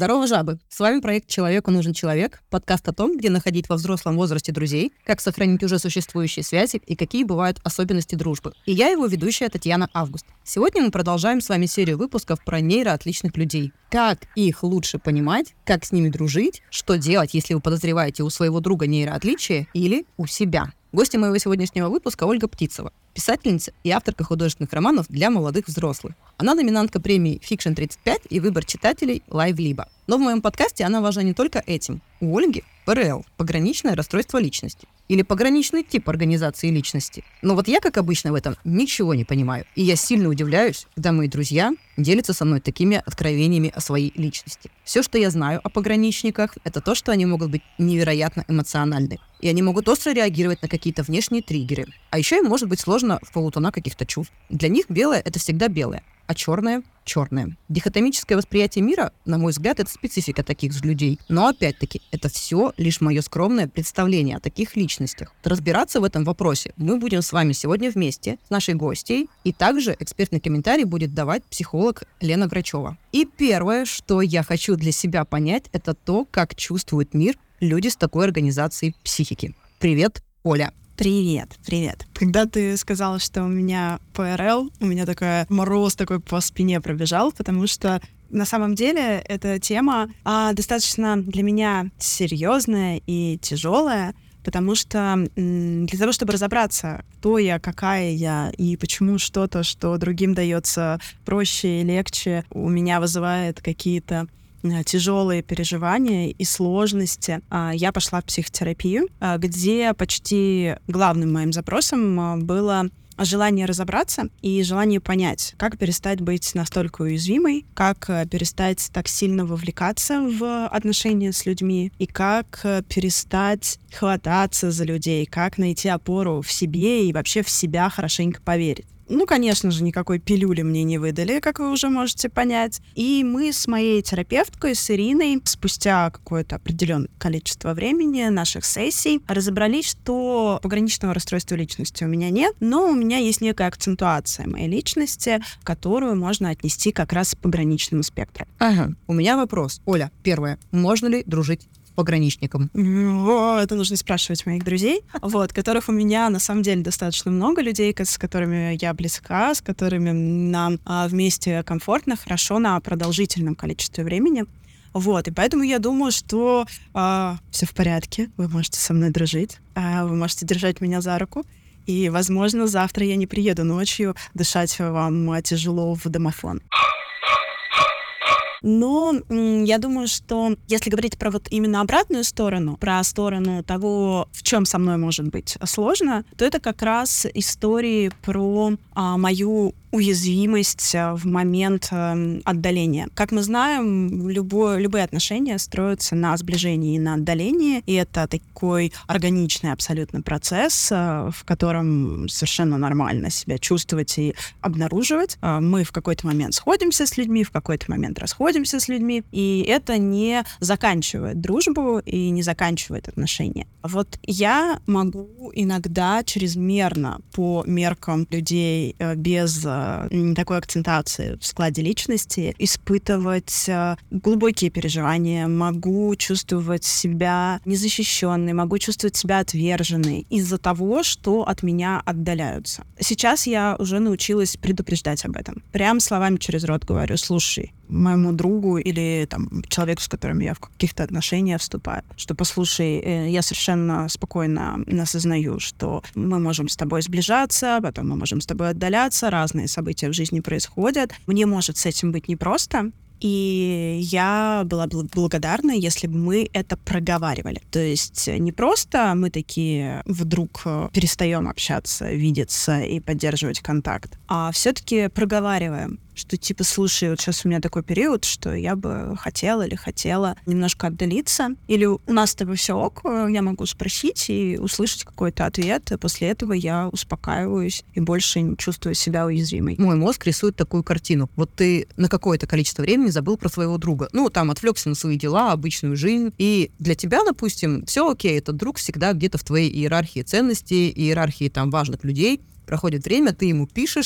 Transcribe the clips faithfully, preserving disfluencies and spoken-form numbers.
Здорово, жабы! С вами проект «Человеку нужен человек», подкаст о том, где находить во взрослом возрасте друзей, как сохранить уже существующие связи и какие бывают особенности дружбы. И я его ведущая Татьяна Август. Сегодня мы продолжаем с вами серию выпусков про нейроотличных людей. Как их лучше понимать, как с ними дружить, что делать, если вы подозреваете у своего друга нейроотличие или у себя. Гостья моего сегодняшнего выпуска Ольга Птицева, писательница и авторка художественных романов для молодых взрослых. Она номинантка премии Fiction тридцать пять и выбор читателей LiveLib. Но в моем подкасте она важна не только этим. У Ольги пэ эр эл – пограничное расстройство личности. Или пограничный тип организации личности. Но вот я, как обычно, в этом ничего не понимаю. И я сильно удивляюсь, когда мои друзья делятся со мной такими откровениями о своей личности. Все, что я знаю о пограничниках, это то, что они могут быть невероятно эмоциональны. И они могут остро реагировать на какие-то внешние триггеры. А еще им может быть сложно в полутона каких-то чувств. Для них белое — это всегда белое, а черное — черное. Дихотомическое восприятие мира, на мой взгляд, это специфика таких же людей. Но опять-таки, это все лишь мое скромное представление о таких личностях. Разбираться в этом вопросе мы будем с вами сегодня вместе с нашей гостьей. И также экспертный комментарий будет давать психолог Лена Грачева. И первое, что я хочу для себя понять, это то, как чувствует мир люди с такой организацией психики. Привет, Оля. Привет, привет. Когда ты сказала, что у меня пэ эр эл, у меня такой мороз такой по спине пробежал, потому что на самом деле эта тема а, достаточно для меня серьезная и тяжелая, потому что м, для того, чтобы разобраться, кто я, какая я и почему что-то, что другим дается проще и легче, у меня вызывает какие-то тяжелые переживания и сложности, я пошла в психотерапию, где почти главным моим запросом было желание разобраться и желание понять, как перестать быть настолько уязвимой, как перестать так сильно вовлекаться в отношения с людьми и как перестать хвататься за людей, как найти опору в себе и вообще в себя хорошенько поверить. Ну, конечно же, никакой пилюли мне не выдали, как вы уже можете понять. И мы с моей терапевткой, с Ириной, спустя какое-то определенное количество времени наших сессий, разобрались, что пограничного расстройства личности у меня нет, но у меня есть некая акцентуация моей личности, которую можно отнести как раз к пограничному спектру. Ага, у меня вопрос. Оля, первое. Можно ли дружить пограничником? О, это нужно спрашивать моих друзей, вот, которых у меня на самом деле достаточно много людей, с которыми я близка, с которыми нам а, вместе комфортно, хорошо на продолжительном количестве времени. Вот, и поэтому я думаю, что а, все в порядке, вы можете со мной дружить, а, вы можете держать меня за руку, и, возможно, завтра я не приеду ночью дышать вам тяжело в домофон. Но м, я думаю, что если говорить про вот именно обратную сторону, про сторону того, в чем со мной может быть сложно, то это как раз истории про а, мою уязвимость в момент э, отдаления. Как мы знаем, любое, любые отношения строятся на сближении и на отдалении, и это такой органичный абсолютно процесс, э, в котором совершенно нормально себя чувствовать и обнаруживать. Э, мы в какой-то момент сходимся с людьми, в какой-то момент расходимся с людьми, и это не заканчивает дружбу и не заканчивает отношения. Вот я могу иногда чрезмерно по меркам людей э, без такой акцентации в складе личности, испытывать глубокие переживания, могу чувствовать себя незащищенной, могу чувствовать себя отверженной из-за того, что от меня отдаляются. Сейчас я уже научилась предупреждать об этом. Прям словами через рот говорю: слушай, моему другу или там человеку, с которым я в каких-то отношениях вступаю, что послушай, я совершенно спокойно осознаю, что мы можем с тобой сближаться, потом мы можем с тобой отдаляться, разные события в жизни происходят. Мне может с этим быть непросто, и я была бы благодарна, если бы мы это проговаривали. То есть не просто мы такие вдруг перестаем общаться, видеться и поддерживать контакт, а все-таки проговариваем, что типа, слушай, вот сейчас у меня такой период, что я бы хотела или хотела немножко отдалиться, или у нас с тобой все ок, я могу спросить и услышать какой-то ответ, и после этого я успокаиваюсь и больше не чувствую себя уязвимой. Мой мозг рисует такую картину. Вот ты на какое-то количество времени забыл про своего друга. Ну, там, отвлекся на свои дела, обычную жизнь, и для тебя, допустим, все окей, этот друг всегда где-то в твоей иерархии ценностей, иерархии там важных людей. Проходит время, ты ему пишешь,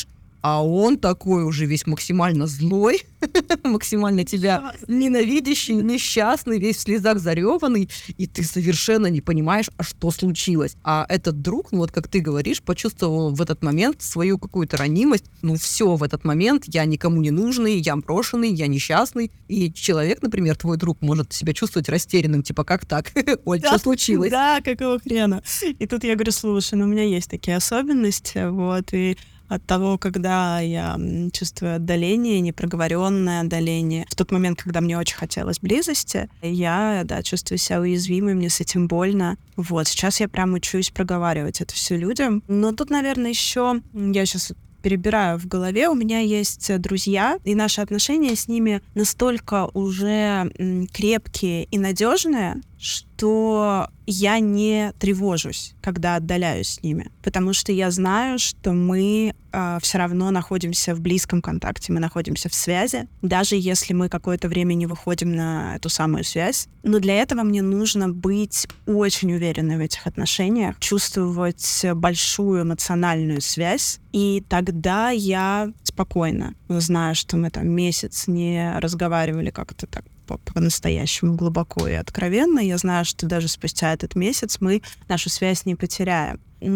а он такой уже весь максимально злой, максимально тебя ненавидящий, несчастный, весь в слезах зареванный, и ты совершенно не понимаешь, а что случилось. А этот друг, ну вот как ты говоришь, почувствовал в этот момент свою какую-то ранимость. Ну все, в этот момент я никому не нужный, я брошенный, я несчастный. И человек, например, твой друг, может себя чувствовать растерянным, типа, как так? Оль, Да, что случилось? Да, какого хрена? И тут я говорю, слушай, ну у меня есть такие особенности, вот, и от того, когда я м, чувствую отдаление, непроговоренное отдаление, в тот момент, когда мне очень хотелось близости, я, да, чувствую себя уязвимой, мне с этим больно. Вот, сейчас я прям учусь проговаривать это все людям. Но тут, наверное, еще я сейчас перебираю в голове, у меня есть друзья, и наши отношения с ними настолько уже м, крепкие и надежные, что я не тревожусь, когда отдаляюсь с ними, потому что я знаю, что мы э, все равно находимся в близком контакте, мы находимся в связи, даже если мы какое-то время не выходим на эту самую связь. Но для этого мне нужно быть очень уверенной в этих отношениях, чувствовать большую эмоциональную связь, и тогда я спокойно знаю, что мы там месяц не разговаривали как-то так по-настоящему глубоко и откровенно. Я знаю, что даже спустя этот месяц мы нашу связь не потеряем.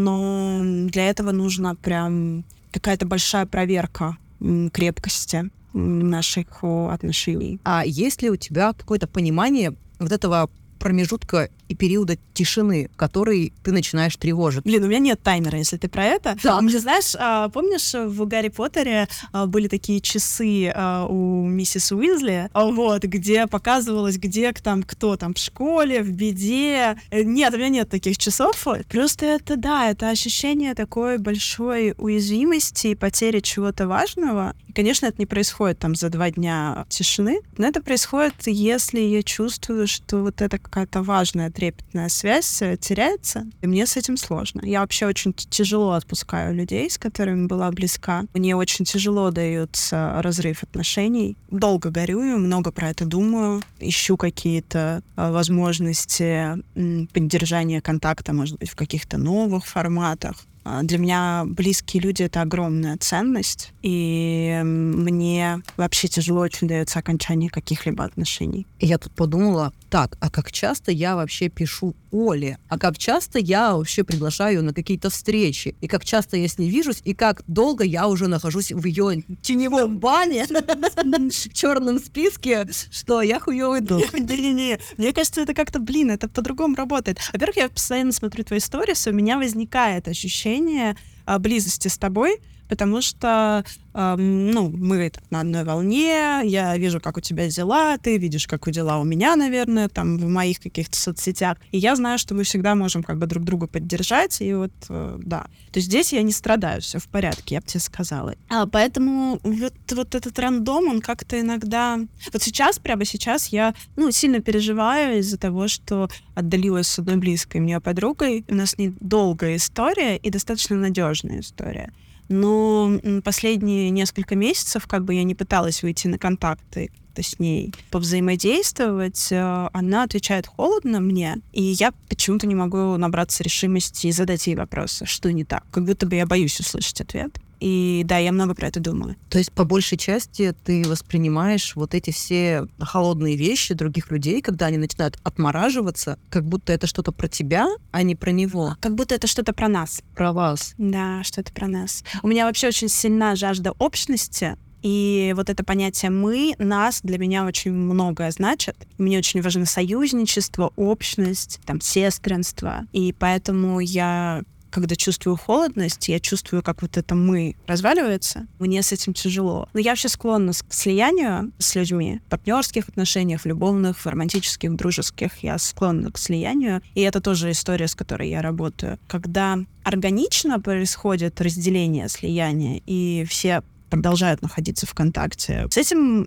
Но для этого нужна прям какая-то большая проверка крепкости наших отношений. А есть ли у тебя какое-то понимание вот этого промежутка и периода тишины, в который ты начинаешь тревожить? Блин, у меня нет таймера, если ты про это. Да. Мне, знаешь, а, помнишь, в «Гарри Поттере» а, были такие часы а, у миссис Уизли, а, вот, где показывалось, где там кто там в школе, в беде. Э, Нет, у меня нет таких часов. Просто это, да, это ощущение такой большой уязвимости и потери чего-то важного. И, конечно, это не происходит там за два дня тишины, но это происходит, если я чувствую, что вот это какая-то важная трепетная связь теряется, и мне с этим сложно. Я вообще очень тяжело отпускаю людей, с которыми была близка. Мне очень тяжело дается разрыв отношений. Долго горюю, много про это думаю, ищу какие-то возможности поддержания контакта, может быть, в каких-то новых форматах. Для меня близкие люди — это огромная ценность, и мне вообще тяжело очень дается окончание каких-либо отношений. И я тут подумала, так, а как часто я вообще пишу Оле? А как часто я вообще приглашаю ее на какие-то встречи? И как часто я с ней вижусь? И как долго я уже нахожусь в ее теневом бане, в черном списке, что я хуёвый друг? Не-не-не, мне кажется, это как-то, блин, это по-другому работает. Во-первых, я постоянно смотрю твои сторис, и у меня возникает ощущение а, близости с тобой, потому что, э, ну, мы на одной волне, я вижу, как у тебя дела, ты видишь, как у дела у меня, наверное, там, в моих каких-то соцсетях, и я знаю, что мы всегда можем как бы друг друга поддержать, и вот, э, да. То есть здесь я не страдаю, все в порядке, я бы тебе сказала. А, поэтому вот, вот этот рандом, он как-то иногда... Вот сейчас, прямо сейчас я, ну, сильно переживаю из-за того, что отдалилась с одной близкой мне подругой, у нас недолгая история и достаточно надежная история. Но последние несколько месяцев, как бы я не пыталась выйти на контакты с ней, повзаимодействовать, она отвечает холодно мне, и я почему-то не могу набраться решимости и задать ей вопросы, что не так. Как будто бы я боюсь услышать ответ. И да, я много про это думала. То есть, по большей части, ты воспринимаешь вот эти все холодные вещи других людей, когда они начинают отмораживаться, как будто это что-то про тебя, а не про него. Как будто это что-то про нас. Про вас. Да, что-то про нас. У меня вообще очень сильна жажда общности, и вот это понятие «мы», «нас» для меня очень многое значит. Мне очень важно союзничество, общность, там, сестринство. И поэтому я... Когда чувствую холодность, я чувствую, как вот это «мы» разваливается. Мне с этим тяжело. Но я вообще склонна к слиянию с людьми. В партнерских отношениях, в любовных, в романтических, в дружеских. Я склонна к слиянию. И это тоже история, с которой я работаю. Когда органично происходит разделение, слияние, и все продолжают находиться в контакте. С этим ок.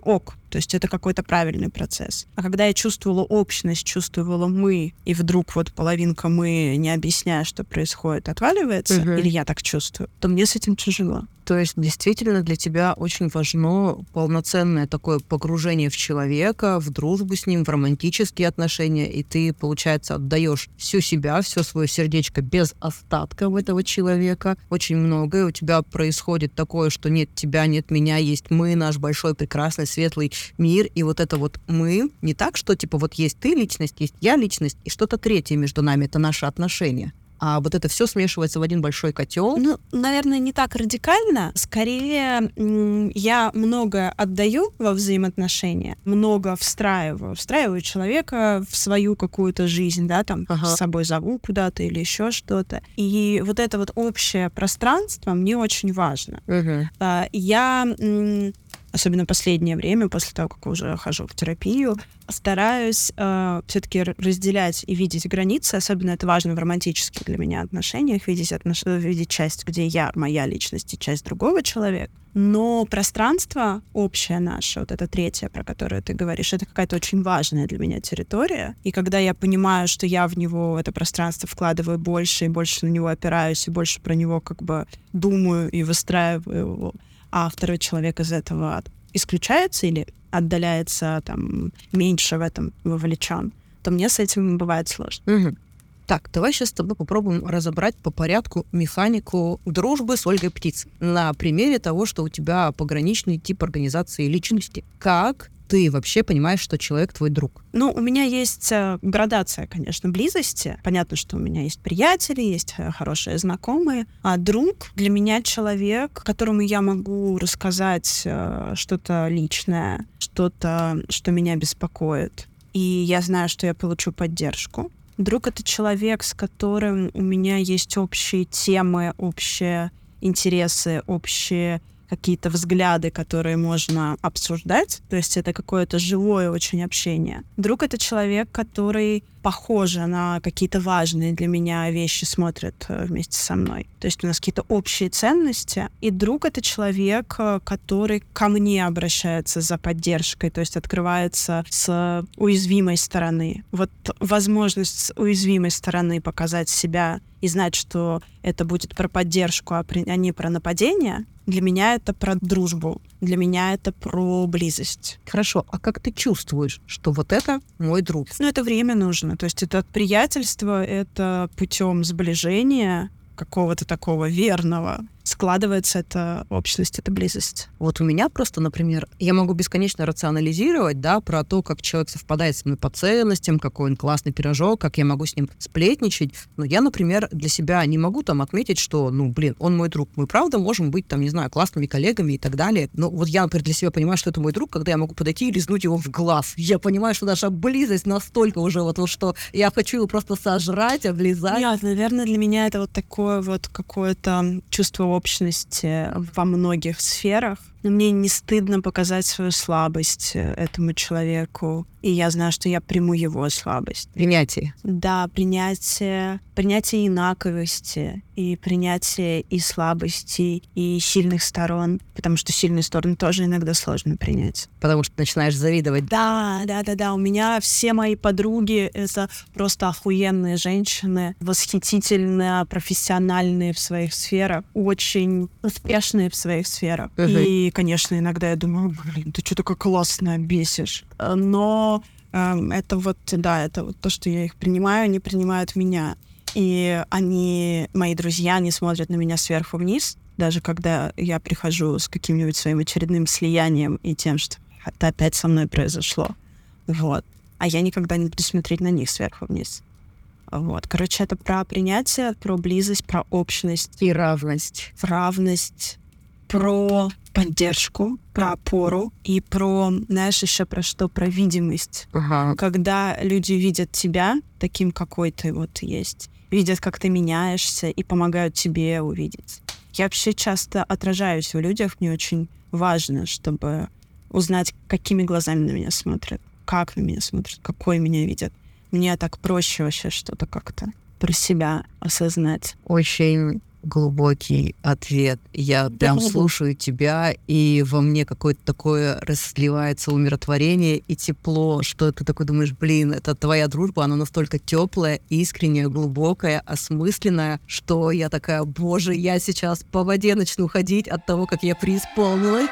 То есть это какой-то правильный процесс. А когда я чувствовала общность, чувствовала мы, и вдруг вот половинка мы, не объясняя, что происходит, отваливается, Мгм. или я так чувствую, то мне с этим тяжело. То есть действительно для тебя очень важно полноценное такое погружение в человека, в дружбу с ним, в романтические отношения, и ты, получается, отдаешь всю себя, все свое сердечко без остатка в этого человека. Очень многое у тебя происходит такое, что нет тебя, нет меня, есть мы, наш большой, прекрасный, светлый мир, и вот это вот мы, не так, что типа вот есть ты личность, есть я личность, и что-то третье между нами, это наши отношения. А вот это все смешивается в один большой котел. Ну, наверное, не так радикально. Скорее, м, я много отдаю во взаимоотношения, много встраиваю. Встраиваю человека в свою какую-то жизнь, да, там, Ага. с собой зову куда-то или еще что-то. И вот это вот общее пространство мне очень важно. Мгм. А, Я, м, особенно последнее время, после того, как уже хожу в терапию, стараюсь э, все-таки разделять и видеть границы. Особенно это важно в романтических для меня отношениях, видеть, отнош... видеть часть, где я, моя личность, и часть другого человека. Но пространство общее наше, вот это третье, про которое ты говоришь, это какая-то очень важная для меня территория. И когда я понимаю, что я в него, в это пространство вкладываю больше, и больше на него опираюсь, и больше про него как бы думаю и выстраиваю его, а второй человек из этого исключается или отдаляется, там, меньше в этом вовлечен, то мне с этим бывает сложно. Мгм. Так, давай сейчас с тобой попробуем разобрать по порядку механику дружбы с Ольгой Птицей на примере того, что у тебя пограничный тип организации личности. Как ты вообще понимаешь, что человек твой друг? Ну, у меня есть э, градация, конечно, близости. Понятно, что у меня есть приятели, есть э, хорошие знакомые. А друг для меня человек, которому я могу рассказать э, что-то личное, что-то, что меня беспокоит. И я знаю, что я получу поддержку. Друг — это человек, с которым у меня есть общие темы, общие интересы, общие какие-то взгляды, которые можно обсуждать. То есть это какое-то живое очень общение. Друг — это человек, который похоже на какие-то важные для меня вещи смотрит э, вместе со мной. То есть у нас какие-то общие ценности. И друг — это человек, э, который ко мне обращается за поддержкой, то есть открывается с уязвимой стороны. Вот возможность с уязвимой стороны показать себя и знать, что это будет про поддержку, а, при, а не про нападение, для меня это про дружбу. Для меня это про близость. Хорошо, а как ты чувствуешь, что вот это мой друг? Ну, это время нужно. То есть это приятельство, это путем сближения какого-то такого верного складывается эта общность, эта близость. Вот у меня просто, например, я могу бесконечно рационализировать, да, про то, как человек совпадает со мной по ценностям, какой он классный пирожок, как я могу с ним сплетничать. Но я, например, для себя не могу там отметить, что, ну, блин, он мой друг. Мы, правда, можем быть, там, не знаю, классными коллегами и так далее. Но вот я, например, для себя понимаю, что это мой друг, когда я могу подойти и лизнуть его в глаз. Я понимаю, что наша близость настолько уже вот, вот что я хочу его просто сожрать, облизать. Нет, наверное, для меня это вот такое вот какое-то чувство общности во многих сферах. Но мне не стыдно показать свою слабость этому человеку. И я знаю, что я приму его слабость. Принятие. Да, принятие, принятие инаковости, и принятие и слабостей, и сильных сторон. Потому что сильные стороны тоже иногда сложно принять. Потому что начинаешь завидовать. Да, да, да, да. У меня все мои подруги — это просто охуенные женщины, восхитительно профессиональные в своих сферах, очень успешные в своих сферах. Uh-huh. И, конечно, иногда я думаю, блин, ты что такая классная, бесишь. Но э, это вот, да, это вот то, что я их принимаю, они принимают меня. И они, мои друзья, они смотрят на меня сверху вниз, даже когда я прихожу с каким-нибудь своим очередным слиянием и тем, что это опять со мной произошло. Вот. А я никогда не буду смотреть на них сверху вниз. Вот. Короче, это про принятие, про близость, про общность. И равность. Равность, про поддержку, про опору и про, знаешь, еще про что? Про видимость. Ага. Когда люди видят тебя таким, какой ты вот есть, видят, как ты меняешься и помогают тебе увидеть. Я вообще часто отражаюсь в людях, мне очень важно, чтобы узнать, какими глазами на меня смотрят, как на меня смотрят, какой меня видят. Мне так проще вообще что-то как-то про себя осознать. Очень глубокий ответ. Я прям слушаю тебя, и во мне какое-то такое разливается умиротворение и тепло, что ты такой думаешь, блин, это твоя дружба, она настолько теплая, искренняя, глубокая, осмысленная, что я такая, боже, я сейчас по воде начну ходить от того, как я преисполнилась.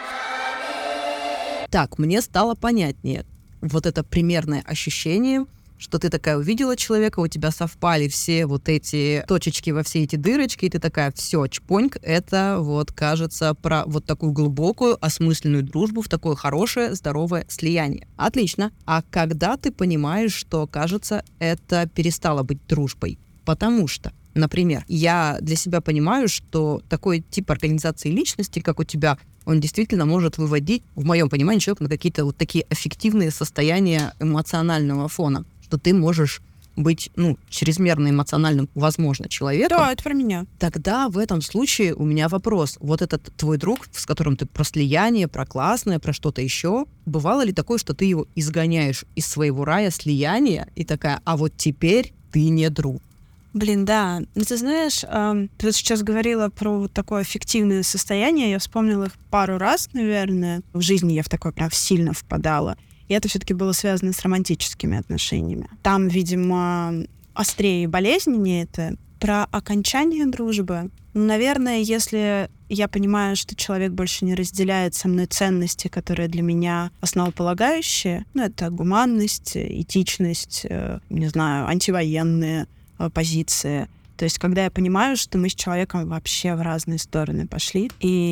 Так, мне стало понятнее вот это примерное ощущение, что ты такая увидела человека, у тебя совпали все вот эти точечки во все эти дырочки, и ты такая, все, чпоньк, это вот кажется про вот такую глубокую, осмысленную дружбу в такое хорошее, здоровое слияние. Отлично. А когда ты понимаешь, что, кажется, это перестало быть дружбой? Потому что, например, я для себя понимаю, что такой тип организации личности, как у тебя, он действительно может выводить, в моем понимании, человека на какие-то вот такие аффективные состояния эмоционального фона, что ты можешь быть, ну, чрезмерно эмоциональным, возможно, человеком. Да, это про меня. Тогда в этом случае у меня вопрос. Вот этот твой друг, с которым ты про слияние, про классное, про что-то еще, бывало ли такое, что ты его изгоняешь из своего рая слияния и такая, а вот теперь ты не друг? Блин, да. Ну, ты знаешь, эм, ты вот сейчас говорила про вот такое аффективное состояние. Я вспомнила их пару раз, наверное. В жизни я в такое прям сильно впадала. И это все-таки было связано с романтическими отношениями. Там, видимо, острее и болезненнее это. Про окончание дружбы. Ну, наверное, если я понимаю, что человек больше не разделяет со мной ценности, которые для меня основополагающие, ну, это гуманность, этичность, э, не знаю, антивоенные э, позиции. То есть, когда я понимаю, что мы с человеком вообще в разные стороны пошли,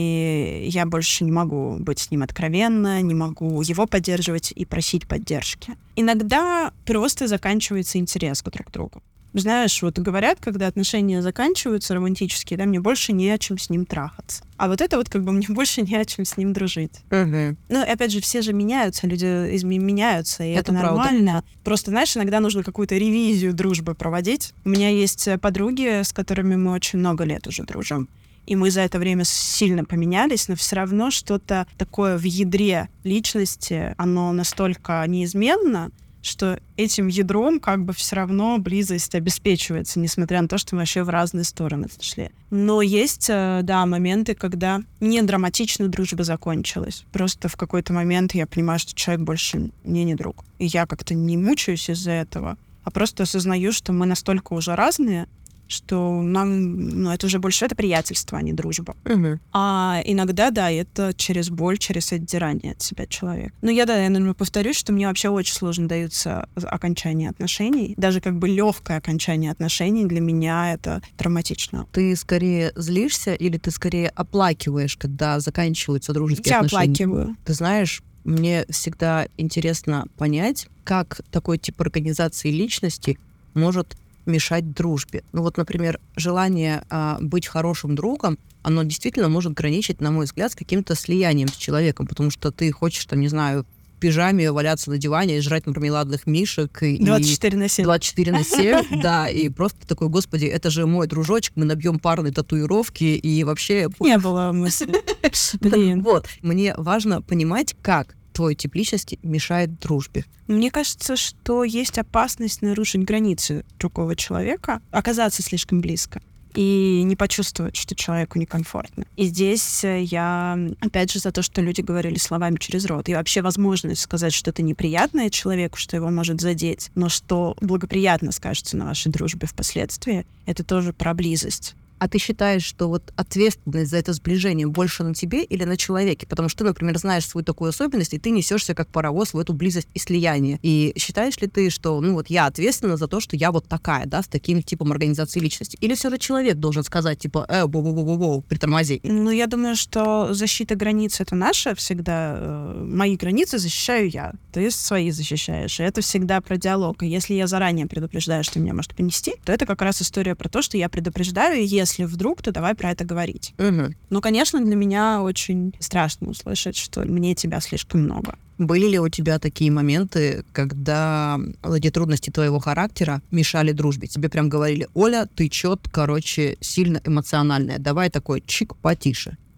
и я больше не могу быть с ним откровенна, не могу его поддерживать и просить поддержки. Иногда просто заканчивается интерес к друг другу. Знаешь, вот говорят, когда отношения заканчиваются романтические, да, мне больше не о чем с ним трахаться. А вот это вот как бы мне больше не о чем с ним дружить. Uh-huh. Ну, опять же, все же меняются, люди изме- меняются, и это, это нормально. Правда. Просто, знаешь, иногда нужно какую-то ревизию дружбы проводить. У меня есть подруги, с которыми мы очень много лет уже дружим. И мы за это время сильно поменялись, но все равно что-то такое в ядре личности, оно настолько неизменно, что этим ядром как бы все равно близость обеспечивается, несмотря на то, что мы вообще в разные стороны шли. Но есть, да, моменты, когда не драматично дружба закончилась. Просто в какой-то момент я понимаю, что человек больше мне не друг. И я как-то не мучаюсь из-за этого, а просто осознаю, что мы настолько уже разные, что нам, ну, это уже больше это приятельство, а не дружба. Uh-huh. А иногда, да, это через боль, через отдирание от себя человека. Но я, да, я, наверное, повторюсь, что мне вообще очень сложно даются окончания отношений. Даже как бы легкое окончание отношений для меня это травматично. Ты скорее злишься или ты скорее оплакиваешь, когда заканчиваются дружеские я отношения? Я оплакиваю. Ты знаешь, мне всегда интересно понять, как такой тип организации личности может мешать дружбе. Ну вот, например, желание а, быть хорошим другом, оно действительно может граничить, на мой взгляд, с каким-то слиянием с человеком, потому что ты хочешь, там, не знаю, в пижаме валяться на диване и жрать мармеладных мишек. И двадцать четыре на семь. двадцать четыре на семь, да, и просто такой, господи, это же мой дружочек, мы набьем парные татуировки, и вообще... Не было мысли. Блин. Вот, мне важно понимать, как твой тип личности мешает дружбе. Мне кажется, что есть опасность нарушить границы другого человека, оказаться слишком близко и не почувствовать, что человеку некомфортно. И здесь я, опять же, за то, что люди говорили словами через рот. И вообще возможность сказать что-то неприятное человеку, что его может задеть, но что благоприятно скажется на вашей дружбе впоследствии, это тоже про близость. А ты считаешь, что вот ответственность за это сближение больше на тебе или на человеке? Потому что ты, например, знаешь свою такую особенность, и ты несешься как паровоз в эту близость и слияние. И считаешь ли ты, что, ну вот, я ответственна за то, что я вот такая, да, с таким типом организации личности? Или все же человек должен сказать, типа, э, бу-бу-бу-бу-бу, притормози? Ну, я думаю, что защита границ — это наша всегда. Э, мои границы защищаю я, ты свои защищаешь. И это всегда про диалог. И если я заранее предупреждаю, что меня может понести, то это как раз история про то, что я предупреждаю, и если вдруг, то давай про это говорить. Угу. Ну, конечно, для меня очень страшно услышать, что мне тебя слишком много. Были ли у тебя такие моменты, когда эти трудности твоего характера мешали дружбе? Тебе прям говорили, Оля, ты чё-то, короче, сильно эмоциональная, давай такой чик потише.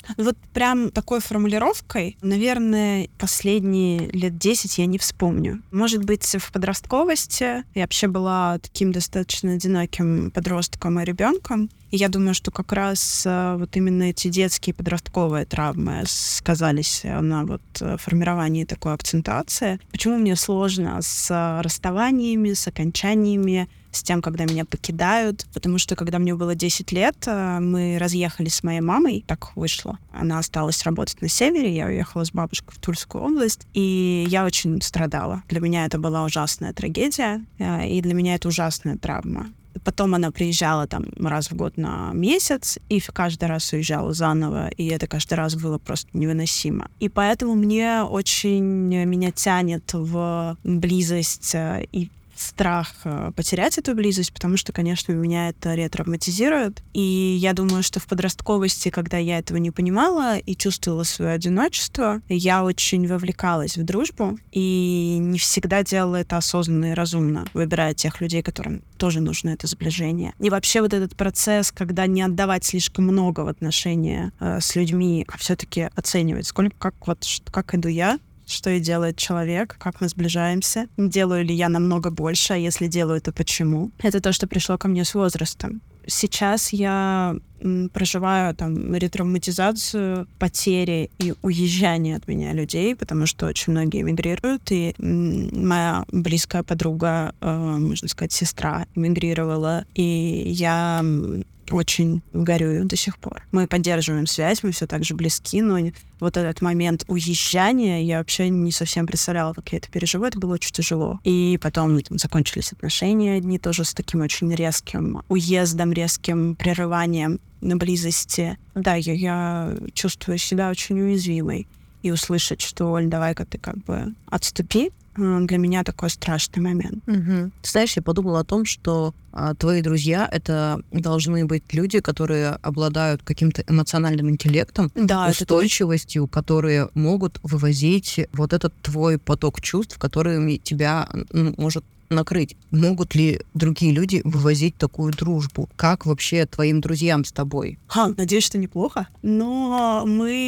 Вот прям такой формулировкой, наверное, последние лет десять я не вспомню. Может быть, в подростковости я вообще была таким достаточно одиноким подростком и ребенком. И я думаю, что как раз вот именно эти детские подростковые травмы сказались на вот формировании такой акцентуации. Почему мне сложно с расставаниями, с окончаниями, с тем, когда меня покидают? Потому что, когда мне было десять лет, мы разъехались с моей мамой, так вышло. Она осталась работать на севере, я уехала с бабушкой в Тульскую область, и я очень страдала. Для меня это была ужасная трагедия, и для меня это ужасная травма. Потом она приезжала там раз в год на месяц, и каждый раз уезжала заново, и это каждый раз было просто невыносимо. И поэтому мне очень меня тянет в близость и страх потерять эту близость, потому что, конечно, меня это ретравматизирует. И я думаю, что в подростковости, когда я этого не понимала и чувствовала свое одиночество, я очень вовлекалась в дружбу и не всегда делала это осознанно и разумно, выбирая тех людей, которым тоже нужно это сближение. И вообще вот этот процесс, когда не отдавать слишком много в отношения э, с людьми, а все-таки оценивать, сколько, как, вот, как иду я, что и делает человек, как мы сближаемся, делаю ли я намного больше, а если делаю, то почему. Это то, что пришло ко мне с возрастом. Сейчас я м, проживаю там ретравматизацию, потери и уезжание от меня людей, потому что очень многие эмигрируют, и м, моя близкая подруга, э, можно сказать, сестра эмигрировала, и я м, очень горюю до сих пор. Мы поддерживаем связь, мы все так же близки, но вот этот момент уезжания я вообще не совсем представляла, как я это переживу. Это было очень тяжело. И потом там, закончились отношения одни тоже с таким очень резким уездом, резким прерыванием на близости. Да, я, я чувствую себя очень уязвимой. И услышать, что, Оль, давай-ка ты как бы отступи, для меня такой страшный момент. Угу. Ты знаешь, я подумала о том, что а, твои друзья — это должны быть люди, которые обладают каким-то эмоциональным интеллектом, да, устойчивостью, которые могут вывозить вот этот твой поток чувств, который тебя ну, может накрыть. Могут ли другие люди вывозить такую дружбу? Как вообще твоим друзьям с тобой? Ха, надеюсь, что неплохо. Но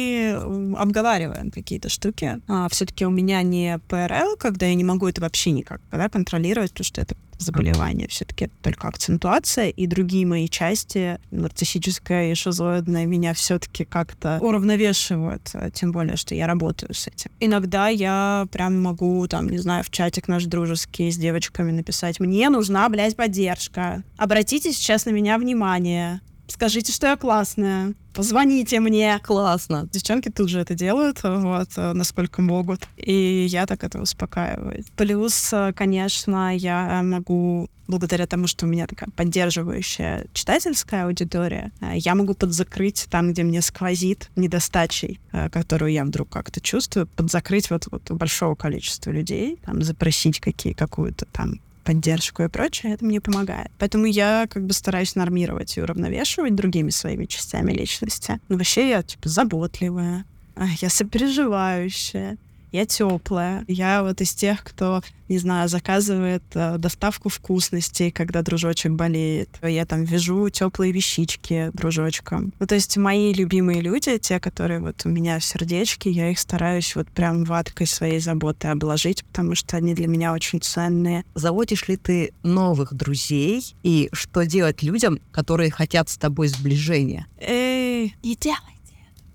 мы обговариваем какие-то штуки. А, все-таки у меня не ПРЛ, когда я не могу это вообще никак да, контролировать, потому что это заболевание. Все-таки это только акцентуация, и другие мои части, нарциссическая и шизоидная, меня все-таки как-то уравновешивают, тем более, что я работаю с этим. Иногда я прям могу, там, не знаю, в чатик наш дружеский с девочками написать: «Мне нужна, блядь, поддержка. Обратите сейчас на меня внимание. Скажите, что я классная. Позвоните мне». Классно. Девчонки тут же это делают, вот, насколько могут. И я так это успокаиваю. Плюс, конечно, я могу, благодаря тому, что у меня такая поддерживающая читательская аудитория, я могу подзакрыть там, где мне сквозит недостачей, которую я вдруг как-то чувствую, подзакрыть вот, вот у большого количества людей, там, запросить какие, какую-то там поддержку и прочее, это мне помогает. Поэтому я как бы стараюсь нормировать и уравновешивать другими своими частями личности. Но вообще я типа заботливая, я сопереживающая, я теплая. Я вот из тех, кто, не знаю, заказывает э, доставку вкусностей, когда дружочек болеет. Я там вяжу теплые вещички дружочкам. Ну, то есть мои любимые люди, те, которые вот у меня в сердечке, я их стараюсь вот прям ваткой своей заботы обложить, потому что они для меня очень ценные. Заводишь ли ты новых друзей? И что делать людям, которые хотят с тобой сближения? Эй, не делайте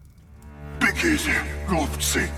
это. Бегите, глупцы.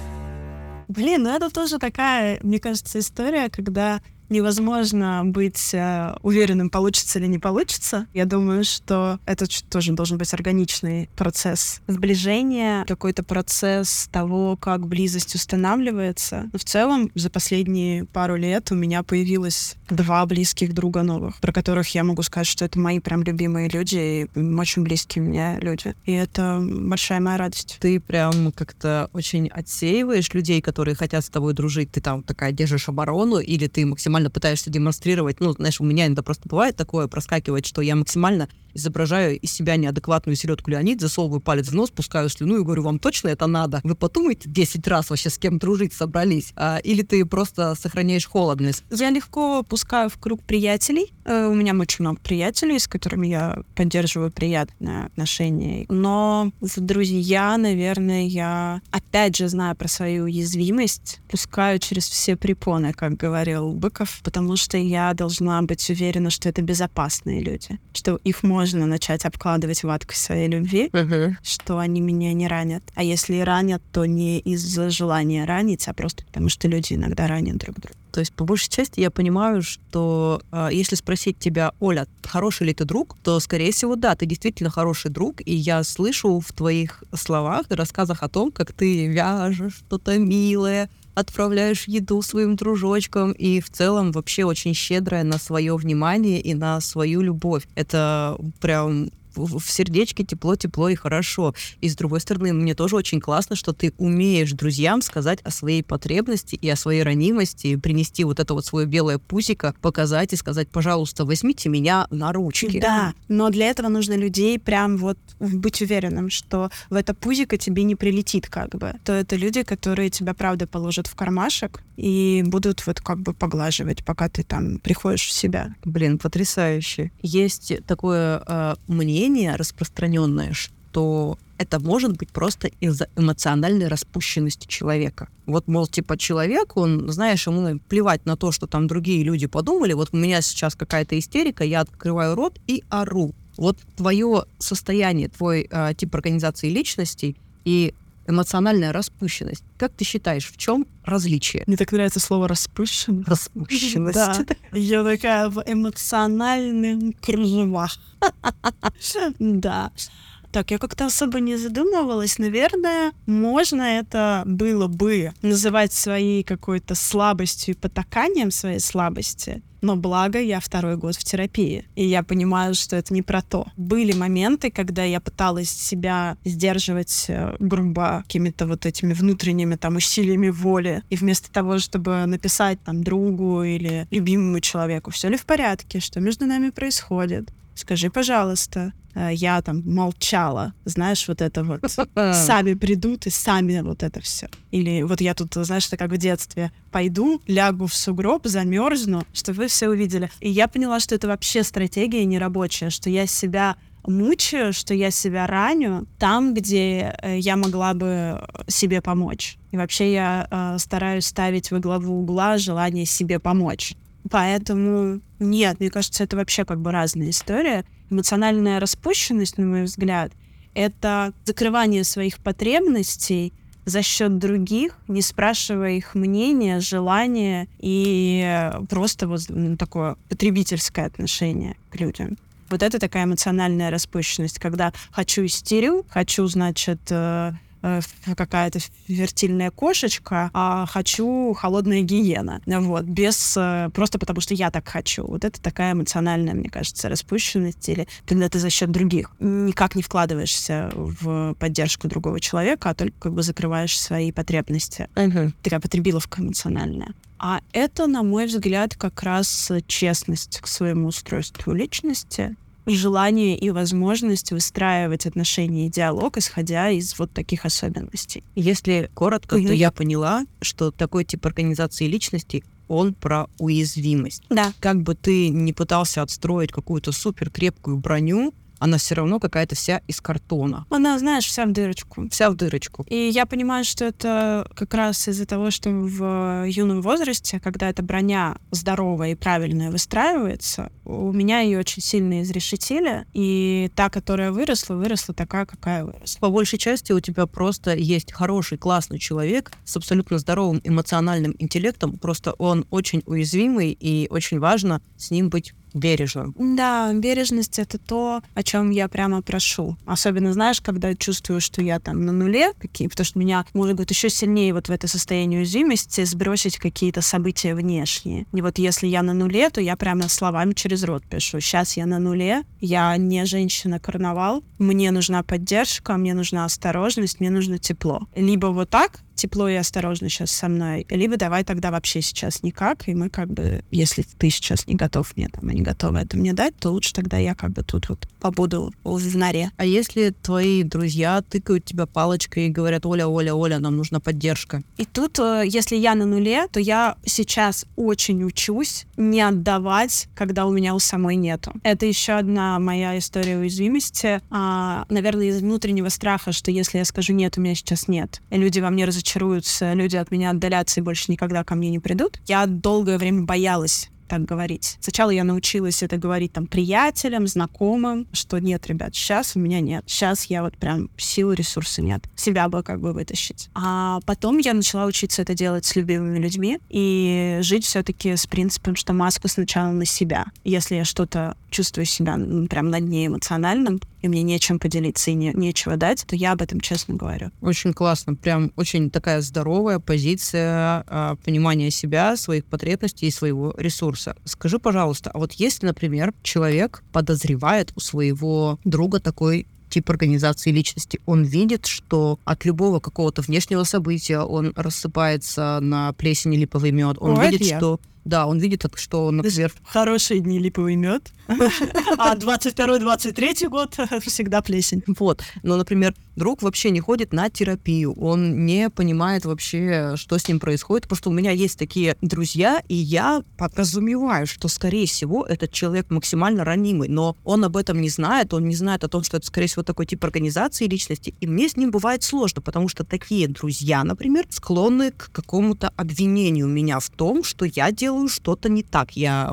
Блин, ну это тоже такая, мне кажется, история, когда невозможно быть э, уверенным, получится или не получится. Я думаю, что это тоже должен быть органичный процесс сближения, какой-то процесс того, как близость устанавливается. Но в целом за последние пару лет у меня появилось два близких друга новых, про которых я могу сказать, что это мои прям любимые люди и очень близкие мне люди. И это большая моя радость. Ты прям как-то очень отсеиваешь людей, которые хотят с тобой дружить. Ты там такая держишь оборону, или ты максимально пытаешься демонстрировать, ну, знаешь, у меня иногда просто бывает такое, проскакивает, что я максимально изображаю из себя неадекватную селедку Леонид, засовываю палец в нос, пускаю слюну и говорю: вам точно это надо? Вы подумайте десять раз вообще, с кем дружить собрались. А, или ты просто сохраняешь холодность? Я легко пускаю в круг приятелей У меня очень много приятелей, с которыми я поддерживаю приятные отношения. Но в друзья, наверное, я, опять же, зная про свою уязвимость, пускаю через все препоны, как говорил Быков, потому что я должна быть уверена, что это безопасные люди, что их можно начать обкладывать ваткой своей любви, uh-huh. что они меня не ранят. А если и ранят, то не из-за желания ранить, а просто потому, что люди иногда ранят друг друга. То есть, по большей части, я понимаю, что э, если спросить тебя, Оля, хороший ли ты друг, то, скорее всего, да, ты действительно хороший друг, и я слышу в твоих словах, рассказах о том, как ты вяжешь что-то милое, отправляешь еду своим дружочкам, и в целом вообще очень щедрая на свое внимание и на свою любовь. Это прям в сердечке тепло-тепло и хорошо. И, с другой стороны, мне тоже очень классно, что ты умеешь друзьям сказать о своей потребности и о своей ранимости, принести вот это вот свое белое пусико, показать и сказать, пожалуйста, возьмите меня на ручки. Да, но для этого нужно людей прям вот быть уверенным, что в это пузико тебе не прилетит как бы. То это люди, которые тебя, правда, положат в кармашек и будут вот как бы поглаживать, пока ты там приходишь в себя. Блин, потрясающе. Есть такое э, мнение, распространенное, что это может быть просто из-за эмоциональной распущенности человека. Вот, мол, типа, человек, он, знаешь, ему плевать на то, что там другие люди подумали, вот у меня сейчас какая-то истерика, я открываю рот и ору. Вот твое состояние, твой э, тип организации личностей и эмоциональная распущенность. Как ты считаешь, в чем различие? Мне так нравится слово «распущенность». Распущенность. Да. Я такая в эмоциональных кружевах. Да. Так, я как-то особо не задумывалась. Наверное, можно это было бы называть своей какой-то слабостью и потаканием своей слабости. Но благо я второй год в терапии, и я понимаю, что это не про то. Были моменты, когда я пыталась себя сдерживать грубо какими-то вот этими внутренними там усилиями воли, и вместо того, чтобы написать там другу или любимому человеку, все ли в порядке, что между нами происходит, скажи, пожалуйста. Я там молчала, знаешь, вот это вот. Сами придут и сами вот это все. Или вот я тут, знаешь, это как в детстве. Пойду, лягу в сугроб, замерзну, чтобы вы все увидели. И я поняла, что это вообще стратегия нерабочая, что я себя мучаю, что я себя раню там, где я могла бы себе помочь. И вообще я э, стараюсь ставить во главу угла желание себе помочь. Поэтому нет, мне кажется, это вообще как бы разная история. Эмоциональная распущенность, на мой взгляд, это закрывание своих потребностей за счет других, не спрашивая их мнения, желания и просто вот ну, такое потребительское отношение к людям. Вот это такая эмоциональная распущенность, когда хочу истерю, хочу, значит, какая-то фертильная кошечка, а хочу холодная гиена. Вот, без... Просто потому, что я так хочу. Вот это такая эмоциональная, мне кажется, распущенность. Или когда ты за счет других никак не вкладываешься в поддержку другого человека, а только как бы закрываешь свои потребности. Uh-huh. Такая потребиловка эмоциональная. А это, на мой взгляд, как раз честность к своему устройству личности, желание и возможность выстраивать отношения и диалог, исходя из вот таких особенностей. Если коротко, mm-hmm. то я поняла, что такой тип организации личности, он про уязвимость. Да. Как бы ты ни пытался отстроить какую-то суперкрепкую броню, она все равно какая-то вся из картона. Она, знаешь, вся в дырочку. Вся в дырочку. И я понимаю, что это как раз из-за того, что в юном возрасте, когда эта броня здоровая и правильная выстраивается, у меня ее очень сильно изрешетили, и та, которая выросла, выросла такая, какая выросла. По большей части у тебя просто есть хороший, классный человек с абсолютно здоровым эмоциональным интеллектом, просто он очень уязвимый, и очень важно с ним быть бережным. Да, бережность — это то, о чем я прямо прошу. Особенно, знаешь, когда чувствую, что я там на нуле, какие, потому что меня могут еще сильнее вот в это состояние уязвимости сбросить какие-то события внешние. И вот если я на нуле, то я прямо словами через рот пишу. Сейчас я на нуле, я не женщина-карнавал, мне нужна поддержка, мне нужна осторожность, мне нужно тепло. Либо вот так, тепло и осторожно сейчас со мной, либо давай тогда вообще сейчас никак, и мы как бы, если ты сейчас не готов мне, там, и не готова это мне дать, то лучше тогда я как бы тут вот побуду в норе. А если твои друзья тыкают тебя палочкой и говорят: Оля, Оля, Оля, нам нужна поддержка? И тут, если я на нуле, то я сейчас очень учусь не отдавать, когда у меня у самой нету. Это еще одна моя история уязвимости. А, наверное, из внутреннего страха, что если я скажу «нет», у меня сейчас нет, люди во мне разочаруются, люди от меня отдалятся и больше никогда ко мне не придут. Я долгое время боялась так говорить. Сначала я научилась это говорить там приятелям, знакомым, что нет, ребят, сейчас у меня нет. Сейчас я вот прям силы, ресурсы нет. Себя бы как бы вытащить. А потом я начала учиться это делать с любимыми людьми и жить все-таки с принципом, что маску сначала на себя. Если я что-то чувствую себя ну, прям на дне эмоциональном, и мне нечем поделиться и не, нечего дать, то я об этом честно говорю. Очень классно. Прям очень такая здоровая позиция а, понимания себя, своих потребностей и своего ресурса. Скажи, пожалуйста, а вот если, например, человек подозревает у своего друга такой тип организации личности, он видит, что от любого какого-то внешнего события он рассыпается на плесень и липовый мед, он Ой, видит, я. что... Да, он видит, что, например... Хорошие дни липовый мед, а двадцать второй двадцать третий год всегда плесень. Вот. Но, например, друг вообще не ходит на терапию, он не понимает вообще, что с ним происходит, потому что у меня есть такие друзья, и я подразумеваю, что, скорее всего, этот человек максимально ранимый, но он об этом не знает, он не знает о том, что это, скорее всего, такой тип организации личности, и мне с ним бывает сложно, потому что такие друзья, например, склонны к какому-то обвинению меня в том, что я делаю что-то не так, я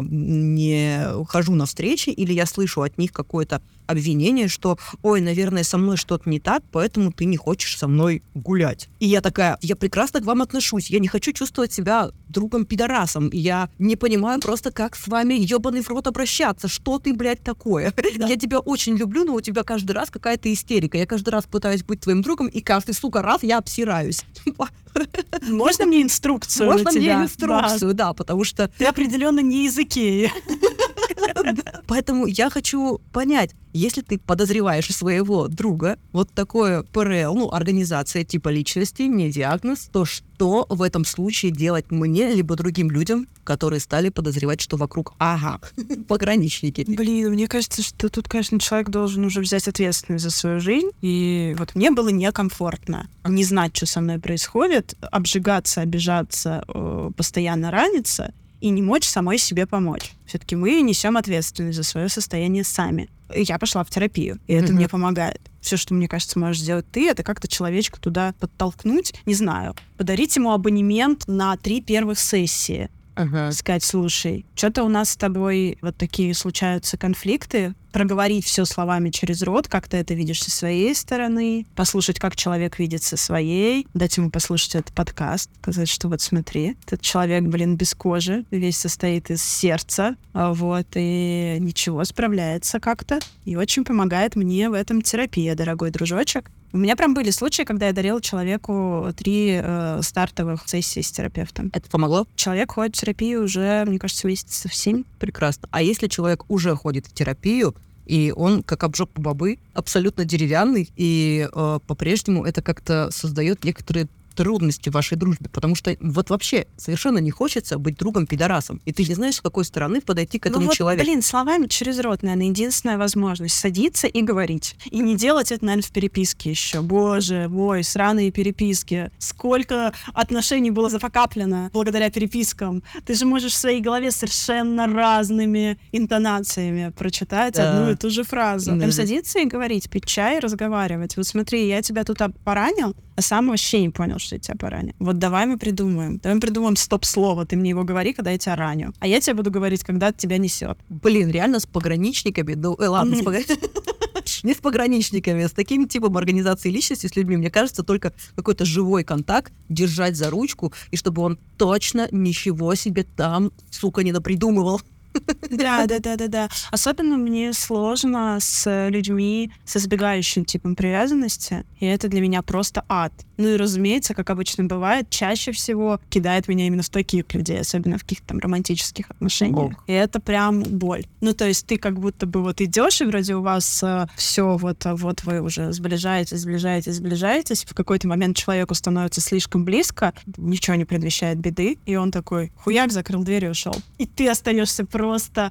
не хожу на встречи, или я слышу от них какое-то обвинение, что «Ой, наверное, со мной что-то не так, поэтому ты не хочешь со мной гулять». И я такая: я прекрасно к вам отношусь, я не хочу чувствовать себя другом-пидорасом, я не понимаю просто, как с вами ебаный в рот обращаться, что ты, блядь, такое? Да. Я тебя очень люблю, но у тебя каждый раз какая-то истерика, я каждый раз пытаюсь быть твоим другом, и каждый, сука, раз я обсираюсь. Можно мне инструкцию Можно на мне тебя? инструкцию, да, потому что... Ты определенно не из Икеи. Поэтому я хочу понять, если ты подозреваешь своего друга вот такое ПРЛ, ну, организация типа личности, не диагноз, то что в этом случае делать мне, либо другим людям, которые стали подозревать, что вокруг, ага, пограничники? Блин, мне кажется, что тут, конечно, человек должен уже взять ответственность за свою жизнь. И вот мне было некомфортно не знать, что со мной происходит, обжигаться, обижаться, постоянно раниться и не мочь самой себе помочь. Все-таки мы несем ответственность за свое состояние сами. Я пошла в терапию, и это mm-hmm. мне помогает. Все, что, мне кажется, можешь сделать ты, это как-то человечка туда подтолкнуть, не знаю, подарить ему абонемент на три первых сессии. Uh-huh. Сказать: слушай, что-то у нас с тобой вот такие случаются конфликты, проговорить все словами через рот, как ты это видишь со своей стороны, послушать, как человек видит со своей, дать ему послушать этот подкаст, сказать, что вот смотри, этот человек, блин, без кожи, весь состоит из сердца, вот, и ничего, справляется как-то, и очень помогает мне в этом терапия, дорогой дружочек. У меня прям были случаи, когда я дарила человеку три э, стартовых сессии с терапевтом. Это помогло? Человек ходит в терапию уже, мне кажется, месяцев семь. Прекрасно. А если человек уже ходит в терапию, и он, как обжопа бобы, абсолютно деревянный, и э, по-прежнему это как-то создает некоторые трудности в вашей дружбе, потому что вот вообще совершенно не хочется быть другом-пидорасом, и ты не знаешь, с какой стороны подойти к этому ну вот, человеку. Блин, словами через рот, наверное, единственная возможность садиться и говорить. И не делать это, наверное, в переписке еще. Боже мой, сраные переписки. Сколько отношений было зафакаплено благодаря перепискам. Ты же можешь в своей голове совершенно разными интонациями прочитать да. одну и ту же фразу. Да. Прям садиться и говорить, пить чай и разговаривать. Вот смотри, я тебя тут поранил, а сам вообще не понял, что я тебя поранил. Вот давай мы придумаем. Давай мы придумаем стоп-слово. Ты мне его говори, когда я тебя раню. А я тебе буду говорить, когда тебя несет. Блин, реально с пограничниками. Ну, э, ладно, с пограничниками. Не с пограничниками, а с таким типом организации личности, с людьми, мне кажется, только какой-то живой контакт, держать за ручку, и чтобы он точно ничего себе там, сука, не напридумывал. Да, да, да, да, да. Особенно мне сложно с людьми с избегающим типом привязанности, и это для меня просто ад. Ну и, разумеется, как обычно бывает, чаще всего кидает меня именно в таких людей, особенно в каких-то там романтических отношениях. Ок. И это прям боль. Ну, то есть ты как будто бы вот идешь, и вроде у вас э, все вот, а вот вы уже сближаетесь, сближаетесь, сближаетесь, в какой-то момент человеку становится слишком близко, ничего не предвещает беды, и он такой хуяк, закрыл дверь и ушел. И ты остаешься просто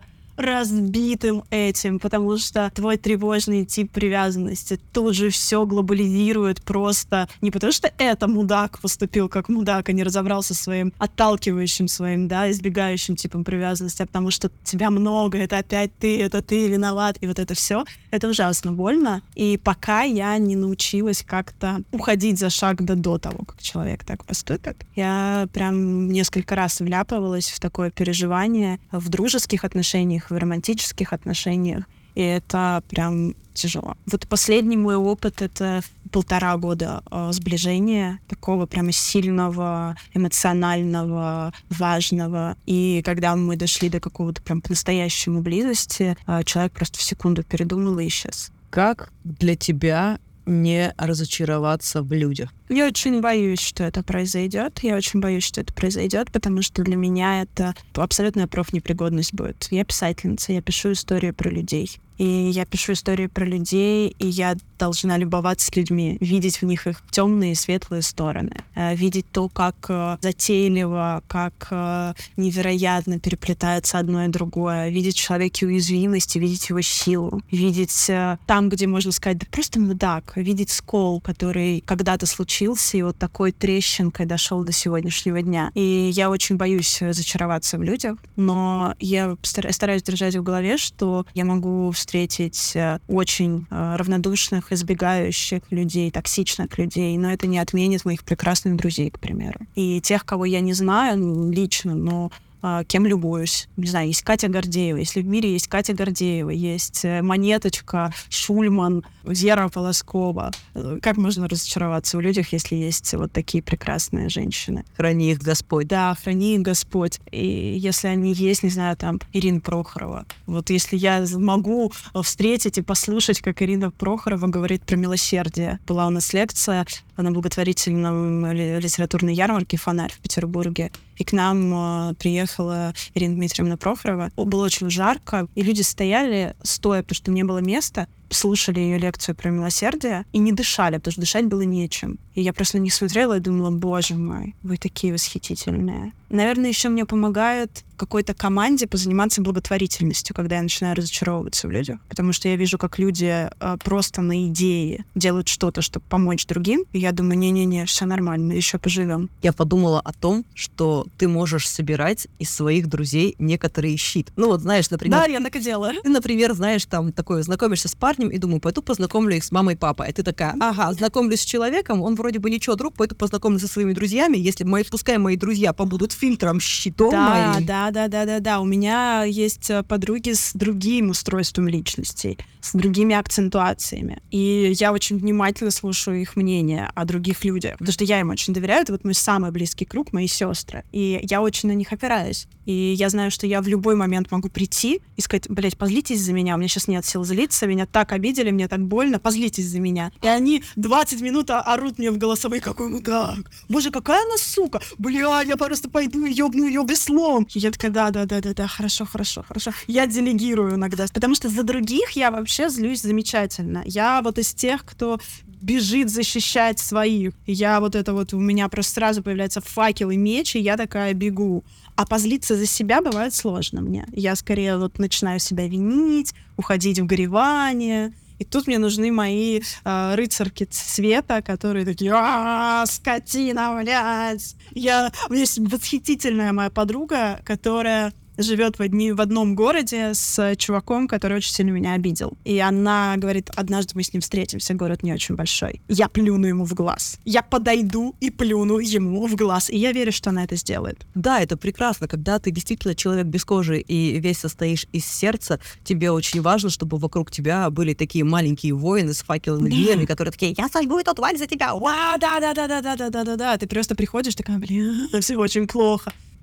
разбитым этим, потому что твой тревожный тип привязанности тут же все глобализирует просто не потому, что это мудак поступил как мудак, а не разобрался со своим отталкивающим, своим, да, избегающим типом привязанности, а потому что тебя много, это опять ты, это ты виноват, и вот это все, это ужасно больно. И пока я не научилась как-то уходить за шаг до, до того, как человек так поступит, я прям несколько раз вляпывалась в такое переживание в дружеских отношениях, в романтических отношениях, и это прям тяжело. Вот последний мой опыт — это полтора года э, сближения, такого прямо сильного, эмоционального, важного. И когда мы дошли до какого-то прям по-настоящему близости, э, человек просто в секунду передумал и исчез. Как для тебя не разочароваться в людях? Я очень боюсь, что это произойдет. Я очень боюсь, что это произойдет, потому что для меня это абсолютная профнепригодность будет. Я писательница, я пишу истории про людей. И я пишу истории про людей, и я должна любоваться людьми, видеть в них их темные и светлые стороны, видеть то, как затейливо, как невероятно переплетается одно и другое, видеть в человеке уязвимость, видеть его силу, видеть там, где можно сказать, да просто мудак, видеть скол, который когда-то случился, и вот такой трещинкой дошел до сегодняшнего дня. И я очень боюсь разочароваться в людях, но я стараюсь держать в голове, что я могу встретить очень равнодушных, избегающих людей, токсичных людей, но это не отменит моих прекрасных друзей, к примеру. И тех, кого я не знаю лично, но кем любуюсь. Не знаю, есть Катя Гордеева. Если в мире есть Катя Гордеева, есть Монеточка, Шульман, Вера Полоскова. Как можно разочароваться в людях, если есть вот такие прекрасные женщины? Храни их Господь. Да, храни их Господь. И если они есть, не знаю, там, Ирина Прохорова. Вот если я могу встретить и послушать, как Ирина Прохорова говорит про милосердие. Была у нас лекция на благотворительном литературной ярмарке «Фонарь» в Петербурге. И к нам э, приехала Ирина Дмитриевна Прохорова. Было очень жарко, и люди стояли стоя, потому что не было места, слушали ее лекцию про милосердие и не дышали, потому что дышать было нечем. И я просто на них смотрела и думала, боже мой, вы такие восхитительные. Наверное, еще мне помогает какой-то команде позаниматься благотворительностью, когда я начинаю разочаровываться в людях. Потому что я вижу, как люди э, просто на идее делают что-то, чтобы помочь другим. И я думаю, не-не-не, все нормально, еще поживем. Я подумала о том, что ты можешь собирать из своих друзей некоторый щит. Ну вот, знаешь, например... Да, я так и делаю. Ты, например, знаешь, там, такое, знакомишься с парнем и думаю, пойду познакомлю их с мамой и папой. И ты такая, ага, знакомлюсь с человеком, он вроде бы ничего, друг, пойду познакомлюсь со своими друзьями, если мои, пускай мои друзья побудут фильтром, щитом да, моим. Да, да, да, да, да. У меня есть подруги с другим устройством личностей, с другими акцентуациями. И я очень внимательно слушаю их мнение о других людях, потому что я им очень доверяю. Это вот мой самый близкий круг, мои сестры. И я очень на них опираюсь. И я знаю, что я в любой момент могу прийти и сказать, блядь, позлитесь за меня, у меня сейчас нет сил злиться, меня так обидели, мне так больно, позлитесь за меня. И они двадцать минут орут мне в голосовые, какой мудак, боже, какая она сука, бля, я просто пойду и ёбну ее веслом. И я такая, да-да-да-да-да, хорошо, хорошо, хорошо. Я делегирую иногда, потому что за других я вообще злюсь замечательно. Я вот из тех, кто бежит защищать своих. Я вот это вот, у меня просто сразу появляется факел и меч, и я такая бегу. А позлиться за себя бывает сложно мне. Я скорее вот начинаю себя винить, уходить в горевание. И тут мне нужны мои э, рыцарки света, которые такие, а скотина, блядь. Я... У меня есть восхитительная моя подруга, которая живет в, одни, в одном городе с чуваком, который очень сильно меня обидел. И она говорит, однажды мы с ним встретимся, город не очень большой. Я плюну ему в глаз. Я подойду и плюну ему в глаз. И я верю, что она это сделает. Да, это прекрасно, когда ты действительно человек без кожи и весь состоишь из сердца, тебе очень важно, чтобы вокруг тебя были такие маленькие воины с факелами длинными, которые такие, я сожгу эту тварь за тебя. Вау, да-да-да-да-да-да-да-да. Ты просто приходишь, такая, блин, все очень плохо.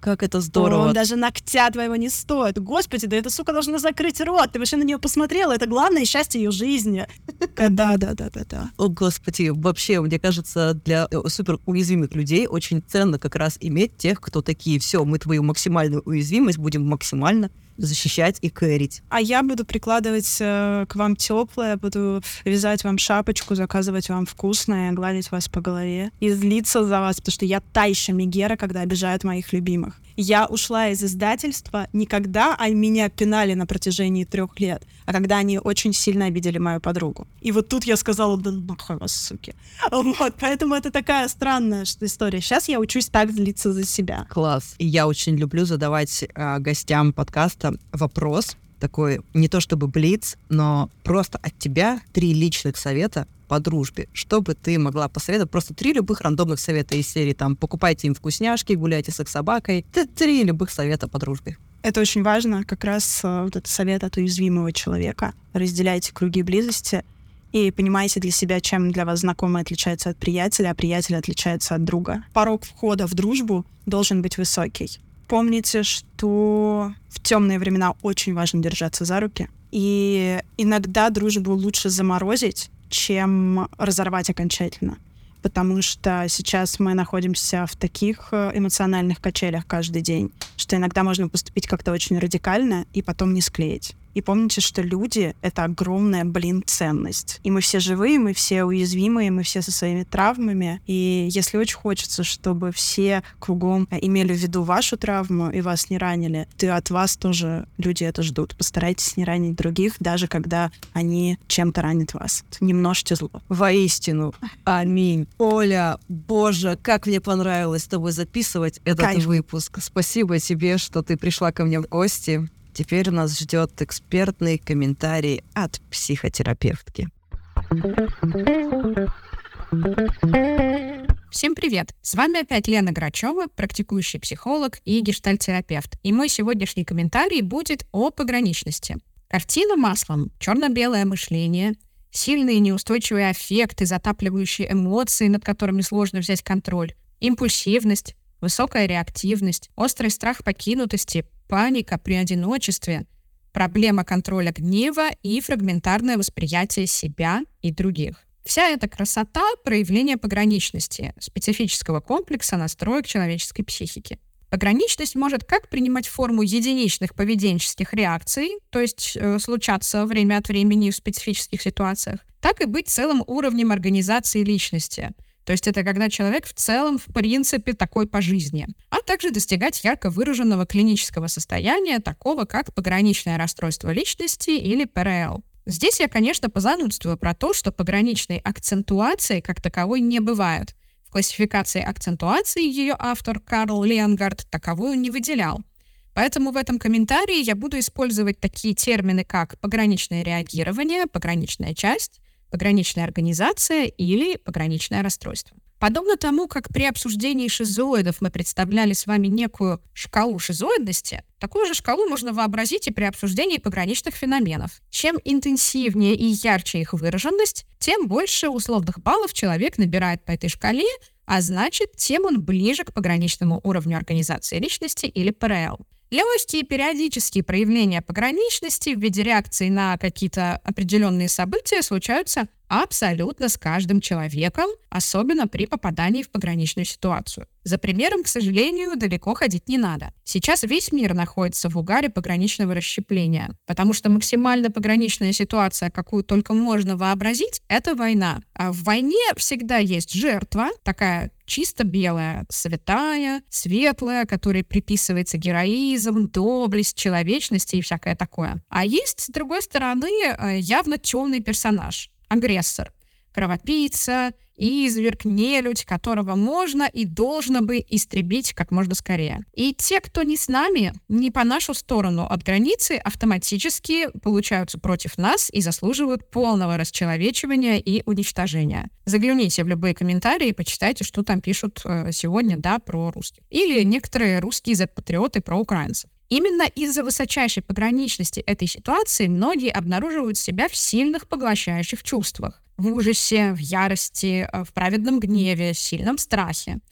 Как это здорово. Он даже ногтя твоего не стоит. Господи, да эта сука должна закрыть рот. Ты вообще на нее посмотрела? Это главное счастье ее жизни. Да-да-да-да-да. О, Господи, вообще, мне кажется, для супер уязвимых людей очень ценно как раз иметь тех, кто такие: все, мы твою максимальную уязвимость будем максимально защищать и кэрить. А я буду прикладывать э, к вам теплое, буду вязать вам шапочку, заказывать вам вкусное, гладить вас по голове и злиться за вас, потому что я та еще мегера, когда обижают моих любимых. Я ушла из издательства не когда они меня пинали на протяжении трех лет, а когда они очень сильно обидели мою подругу. И вот тут я сказала: да нахуй вас, суки. Вот, поэтому это такая странная история. Сейчас я учусь так злиться за себя. Класс. И я очень люблю задавать э, гостям подкаста вопрос такой, не то чтобы блиц, но просто от тебя три личных совета по дружбе. Что бы ты могла посоветовать? Просто три любых рандомных совета из серии, там, покупайте им вкусняшки, гуляйте с их собакой. Это три любых совета по дружбе. Это очень важно, как раз э, вот этот совет от уязвимого человека. Разделяйте круги близости и понимаете для себя, чем для вас знакомый отличается от приятеля, а приятель отличается от друга. Порог входа в дружбу должен быть высокий. Помните, что в темные времена очень важно держаться за руки. И иногда дружбу лучше заморозить, чем разорвать окончательно. Потому что сейчас мы находимся в таких эмоциональных качелях каждый день, что иногда можно поступить как-то очень радикально и потом не склеить. И помните, что люди — это огромная, блин, ценность. И мы все живые, мы все уязвимые, мы все со своими травмами. И если очень хочется, чтобы все кругом имели в виду вашу травму и вас не ранили, то от вас тоже люди это ждут. Постарайтесь не ранить других, даже когда они чем-то ранят вас. Не множьте зло. Воистину. Аминь. Оля, боже, как мне понравилось с тобой записывать этот Кайф. выпуск. Спасибо тебе, что ты пришла ко мне в гости. Теперь нас ждет экспертный комментарий от психотерапевтки. Всем привет! С вами опять Лена Грачева, практикующий психолог и гештальт-терапевт. И мой сегодняшний комментарий будет о пограничности. Картина маслом, черно-белое мышление, сильные неустойчивые аффекты, затапливающие эмоции, над которыми сложно взять контроль, импульсивность, высокая реактивность, острый страх покинутости, паника при одиночестве, проблема контроля гнева и фрагментарное восприятие себя и других. Вся эта красота — проявление пограничности, специфического комплекса настроек человеческой психики. Пограничность может как принимать форму единичных поведенческих реакций, то есть э, случаться время от времени в специфических ситуациях, так и быть целым уровнем организации личности. То есть это когда человек в целом, в принципе, такой по жизни. А также достигать ярко выраженного клинического состояния, такого как пограничное расстройство личности или пэ эр эл. Здесь я, конечно, позанудствую про то, что пограничной акцентуации как таковой не бывает. В классификации акцентуации ее автор Карл Леонгард таковую не выделял. Поэтому в этом комментарии я буду использовать такие термины, как пограничное реагирование, пограничная часть, пограничная организация или пограничное расстройство. Подобно тому, как при обсуждении шизоидов мы представляли с вами некую шкалу шизоидности, такую же шкалу можно вообразить и при обсуждении пограничных феноменов. Чем интенсивнее и ярче их выраженность, тем больше условных баллов человек набирает по этой шкале, а значит, тем он ближе к пограничному уровню организации личности или пэ эр эл. Легкие периодические проявления пограничности в виде реакции на какие-то определенные события случаются абсолютно с каждым человеком, особенно при попадании в пограничную ситуацию. За примером, к сожалению, далеко ходить не надо. Сейчас весь мир находится в угаре пограничного расщепления, потому что максимально пограничная ситуация, какую только можно вообразить, это война. А в войне всегда есть жертва, такая чисто белая, святая, светлая, которой приписывается героизм, доблесть, человечность и всякое такое. А есть, с другой стороны, явно темный персонаж, агрессор, кровопийца, изверг, нелюдь, которого можно и должно бы истребить как можно скорее. И те, кто не с нами, не по нашу сторону от границы, автоматически получаются против нас и заслуживают полного расчеловечивания и уничтожения. Загляните в любые комментарии и почитайте, что там пишут э, сегодня, да, про русских. Или некоторые русские зет-патриоты про украинцев. Именно из-за высочайшей пограничности этой ситуации многие обнаруживают себя в сильных поглощающих чувствах. В ужасе, в ярости, в праведном гневе, сильном страхе.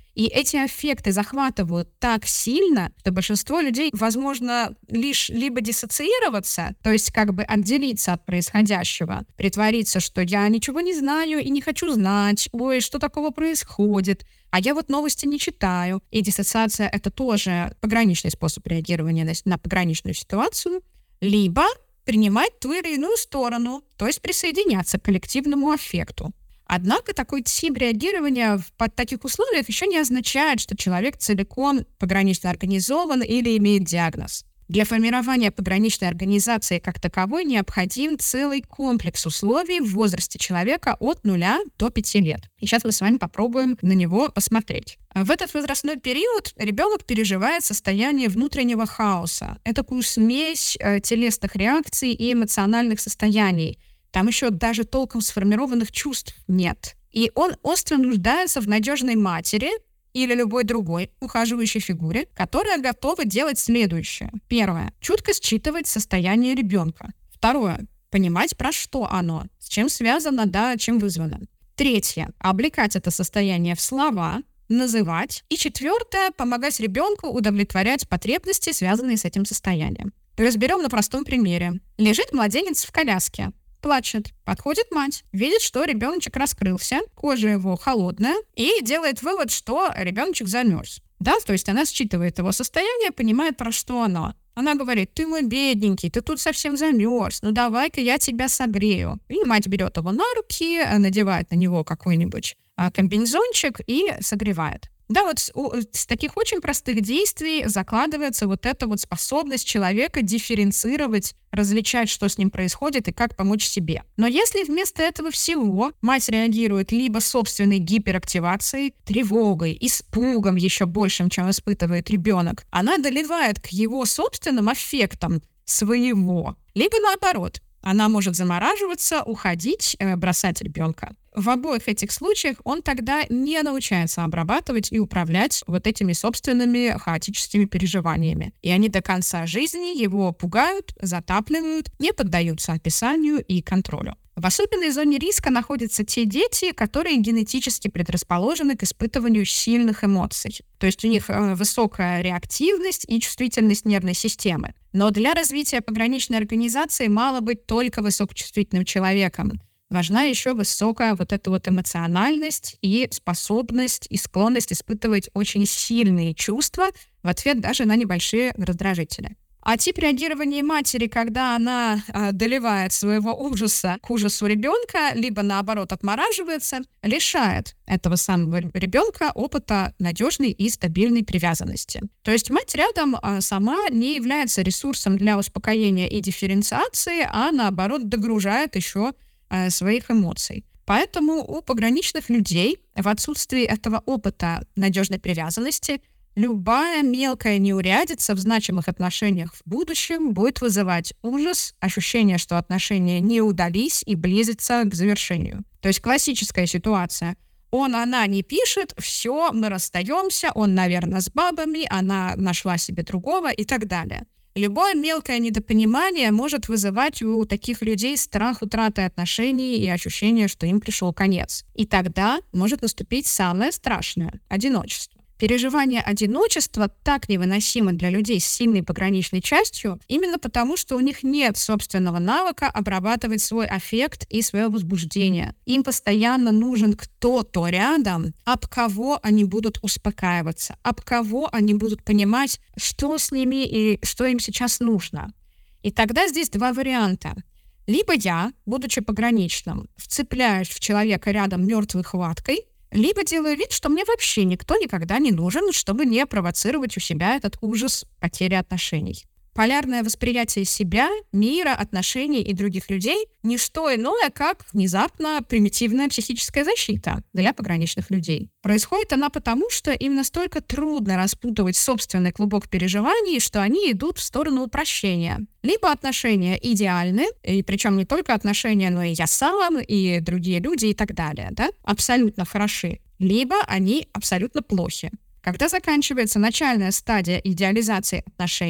И эти аффекты захватывают так сильно, что большинство людей, возможно, лишь либо диссоциироваться, то есть как бы отделиться от происходящего, притвориться, что я ничего не знаю и не хочу знать, ой, что такого происходит, а я вот новости не читаю. И диссоциация — это тоже пограничный способ реагирования на, на пограничную ситуацию. Либо принимать ту или иную сторону, то есть присоединяться к коллективному аффекту. Однако такой тип реагирования в под таких условиях еще не означает, что человек целиком погранично организован или имеет диагноз. Для формирования пограничной организации как таковой необходим целый комплекс условий в возрасте человека от нуля до пяти лет. И сейчас мы с вами попробуем на него посмотреть. В этот возрастной период ребенок переживает состояние внутреннего хаоса, такую смесь э, телесных реакций и эмоциональных состояний. Там еще даже толком сформированных чувств нет. И он остро нуждается в надежной матери или любой другой ухаживающей фигуре, которая готова делать следующее. Первое. Чутко считывать состояние ребенка. Второе. Понимать, про что оно, с чем связано, да, чем вызвано. Третье. Облекать это состояние в слова, называть. И четвертое. Помогать ребенку удовлетворять потребности, связанные с этим состоянием. Разберем на простом примере. Лежит младенец в коляске. Плачет. Подходит мать, видит, что ребеночек раскрылся, кожа его холодная, и делает вывод, что ребеночек замерз. Да, то есть она считывает его состояние, понимает, про что оно. Она говорит: ты мой бедненький, ты тут совсем замерз, ну давай-ка я тебя согрею. И мать берет его на руки, надевает на него какой-нибудь а, комбинезончик и согревает. Да, вот с, у, с таких очень простых действий закладывается вот эта вот способность человека дифференцировать, различать, что с ним происходит и как помочь себе. Но если вместо этого всего мать реагирует либо собственной гиперактивацией, тревогой, испугом еще большим, чем испытывает ребенок, она доливает к его собственным аффектам своего, либо наоборот, она может замораживаться, уходить, бросать ребенка. В обоих этих случаях он тогда не научается обрабатывать и управлять вот этими собственными хаотическими переживаниями. И они до конца жизни его пугают, затапливают, не поддаются описанию и контролю. В особенной зоне риска находятся те дети, которые генетически предрасположены к испытыванию сильных эмоций. То есть у них высокая реактивность и чувствительность нервной системы. Но для развития пограничной организации мало быть только высокочувствительным человеком. Важна еще высокая вот эта вот эмоциональность и способность и склонность испытывать очень сильные чувства в ответ даже на небольшие раздражители. А тип реагирования матери, когда она э, доливает своего ужаса к ужасу ребенка, либо наоборот отмораживается, лишает этого самого ребенка опыта надежной и стабильной привязанности. То есть мать рядом э, сама не является ресурсом для успокоения и дифференциации, а наоборот догружает еще э, своих эмоций. Поэтому у пограничных людей в отсутствии этого опыта надежной привязанности любая мелкая неурядица в значимых отношениях в будущем будет вызывать ужас, ощущение, что отношения не удались и близятся к завершению. То есть классическая ситуация. Он, она не пишет, все, мы расстаемся, он, наверное, с бабами, она нашла себе другого и так далее. Любое мелкое недопонимание может вызывать у таких людей страх утраты отношений и ощущение, что им пришел конец. И тогда может наступить самое страшное — одиночество. Переживание одиночества так невыносимо для людей с сильной пограничной частью именно потому, что у них нет собственного навыка обрабатывать свой аффект и свое возбуждение. Им постоянно нужен кто-то рядом, об кого они будут успокаиваться, об кого они будут понимать, что с ними и что им сейчас нужно. И тогда здесь два варианта. Либо я, будучи пограничным, вцепляюсь в человека рядом мертвой хваткой, либо делаю вид, что мне вообще никто никогда не нужен, чтобы не провоцировать у себя этот ужас потери отношений. Полярное восприятие себя, мира, отношений и других людей — не что иное, как внезапно примитивная психическая защита для пограничных людей. Происходит она потому, что им настолько трудно распутывать собственный клубок переживаний, что они идут в сторону упрощения. Либо отношения идеальны, и причем не только отношения, но и я сам, и другие люди и так далее, да, абсолютно хороши. Либо они абсолютно плохи. Когда заканчивается начальная стадия идеализации отношений,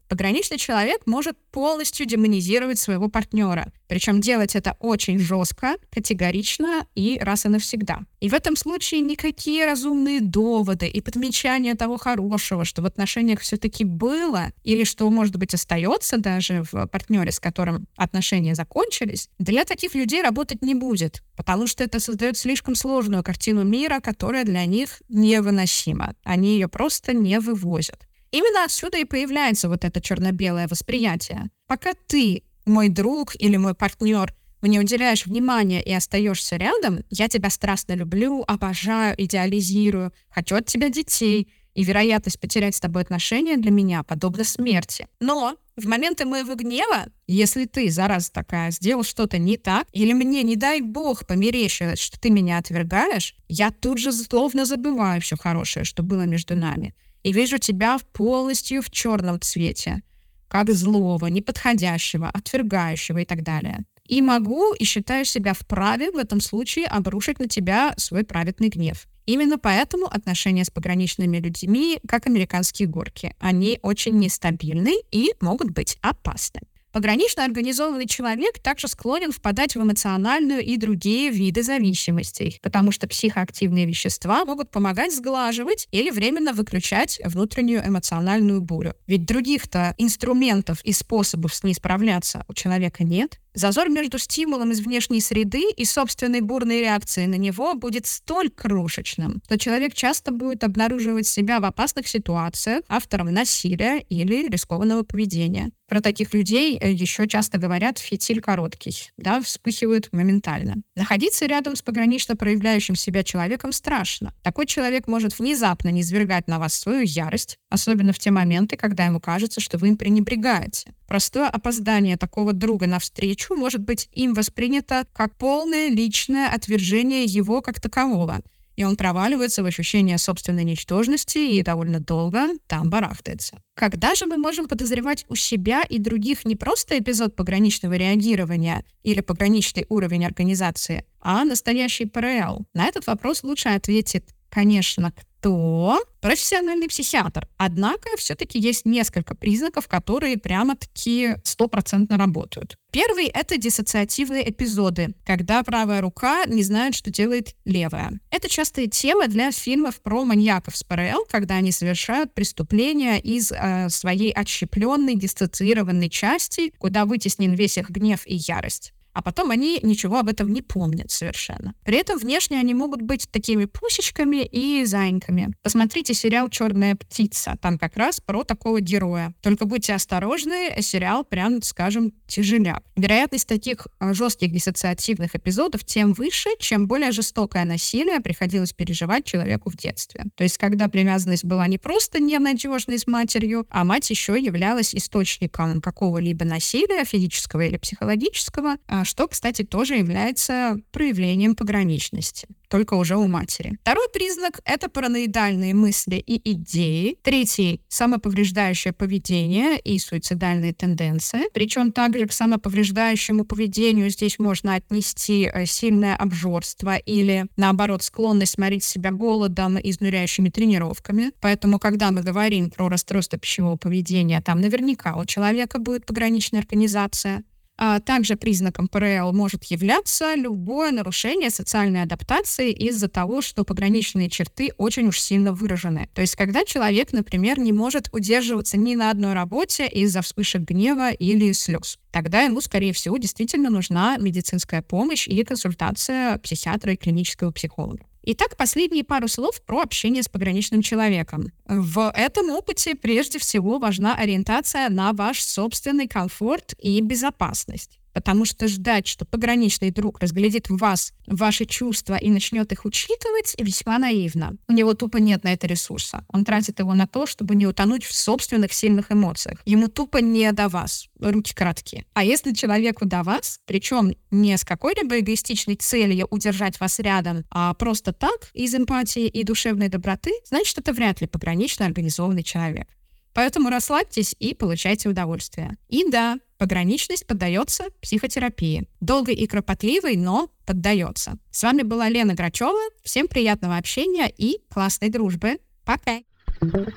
Пограничный человек может полностью демонизировать своего партнера, причем делать это очень жестко, категорично и раз и навсегда. И в этом случае никакие разумные доводы и подмечания того хорошего, что в отношениях все-таки было, или что, может быть, остается даже в партнере, с которым отношения закончились, для таких людей работать не будет, потому что это создает слишком сложную картину мира, которая для них невыносима. Они ее просто не вывозят. Именно отсюда и появляется вот это черно-белое восприятие. Пока ты, мой друг или мой партнер, мне уделяешь внимание и остаешься рядом, я тебя страстно люблю, обожаю, идеализирую, хочу от тебя детей, и вероятность потерять с тобой отношения для меня подобна смерти. Но в моменты моего гнева, если ты, зараза такая, сделал что-то не так, или мне, не дай бог, померещилось, что ты меня отвергаешь, я тут же словно забываю все хорошее, что было между нами, и вижу тебя полностью в черном цвете, как злого, неподходящего, отвергающего и так далее. И могу и считаю себя вправе в этом случае обрушить на тебя свой праведный гнев. Именно поэтому отношения с пограничными людьми как американские горки. Они очень нестабильны и могут быть опасны. Погранично организованный человек также склонен впадать в эмоциональную и другие виды зависимостей, потому что психоактивные вещества могут помогать сглаживать или временно выключать внутреннюю эмоциональную бурю. Ведь других-то инструментов и способов с ней справляться у человека нет. Зазор между стимулом из внешней среды и собственной бурной реакцией на него будет столь крошечным, что человек часто будет обнаруживать себя в опасных ситуациях автором насилия или рискованного поведения. Про таких людей еще часто говорят «фитиль короткий», да, вспыхивают моментально. Находиться рядом с погранично проявляющим себя человеком страшно. Такой человек может внезапно низвергать на вас свою ярость, особенно в те моменты, когда ему кажется, что вы им пренебрегаете. Простое опоздание такого друга навстречу может быть им воспринято как полное личное отвержение его как такового, и он проваливается в ощущение собственной ничтожности и довольно долго там барахтается. Когда же мы можем подозревать у себя и других не просто эпизод пограничного реагирования или пограничный уровень организации, а настоящий ПРЛ? На этот вопрос лучше ответит, конечно, кто? Профессиональный психиатр. Однако все-таки есть несколько признаков, которые прямо-таки стопроцентно работают. Первый — это диссоциативные эпизоды, когда правая рука не знает, что делает левая. Это частая тема для фильмов про маньяков с ПРЛ, когда они совершают преступления из э, своей отщепленной, диссоциированной части, куда вытеснен весь их гнев и ярость. А потом они ничего об этом не помнят совершенно. При этом внешне они могут быть такими пусечками и зайками. Посмотрите сериал «Черная птица». Там как раз про такого героя. Только будьте осторожны, сериал, прям скажем, тяжеляк. Вероятность таких жестких диссоциативных эпизодов тем выше, чем более жестокое насилие приходилось переживать человеку в детстве. То есть, когда привязанность была не просто ненадежной с матерью, а мать еще являлась источником какого-либо насилия, физического или психологического, что, кстати, тоже является проявлением пограничности, только уже у матери. Второй признак — это параноидальные мысли и идеи. Третий — самоповреждающее поведение и суицидальные тенденции. Причем также к самоповреждающему поведению здесь можно отнести сильное обжорство или, наоборот, склонность сморить себя голодом и изнуряющими тренировками. Поэтому, когда мы говорим про расстройство пищевого поведения, там наверняка у человека будет пограничная организация. А также признаком ПРЛ может являться любое нарушение социальной адаптации из-за того, что пограничные черты очень уж сильно выражены. То есть когда человек, например, не может удерживаться ни на одной работе из-за вспышек гнева или слез. Тогда ему, скорее всего, действительно нужна медицинская помощь и консультация психиатра и клинического психолога. Итак, последние пару слов про общение с пограничным человеком. В этом опыте прежде всего важна ориентация на ваш собственный комфорт и безопасность. Потому что ждать, что пограничный друг разглядит в вас ваши чувства и начнет их учитывать, весьма наивно. У него тупо нет на это ресурса. Он тратит его на то, чтобы не утонуть в собственных сильных эмоциях. Ему тупо не до вас. Руки краткие. А если человеку до вас, причем не с какой-либо эгоистичной целью удержать вас рядом, а просто так, из эмпатии и душевной доброты, значит, это вряд ли погранично организованный человек. Поэтому расслабьтесь и получайте удовольствие. И да, пограничность поддается психотерапии. Долгой и кропотливой, но поддается. С вами была Лена Грачева. Всем приятного общения и классной дружбы. Пока!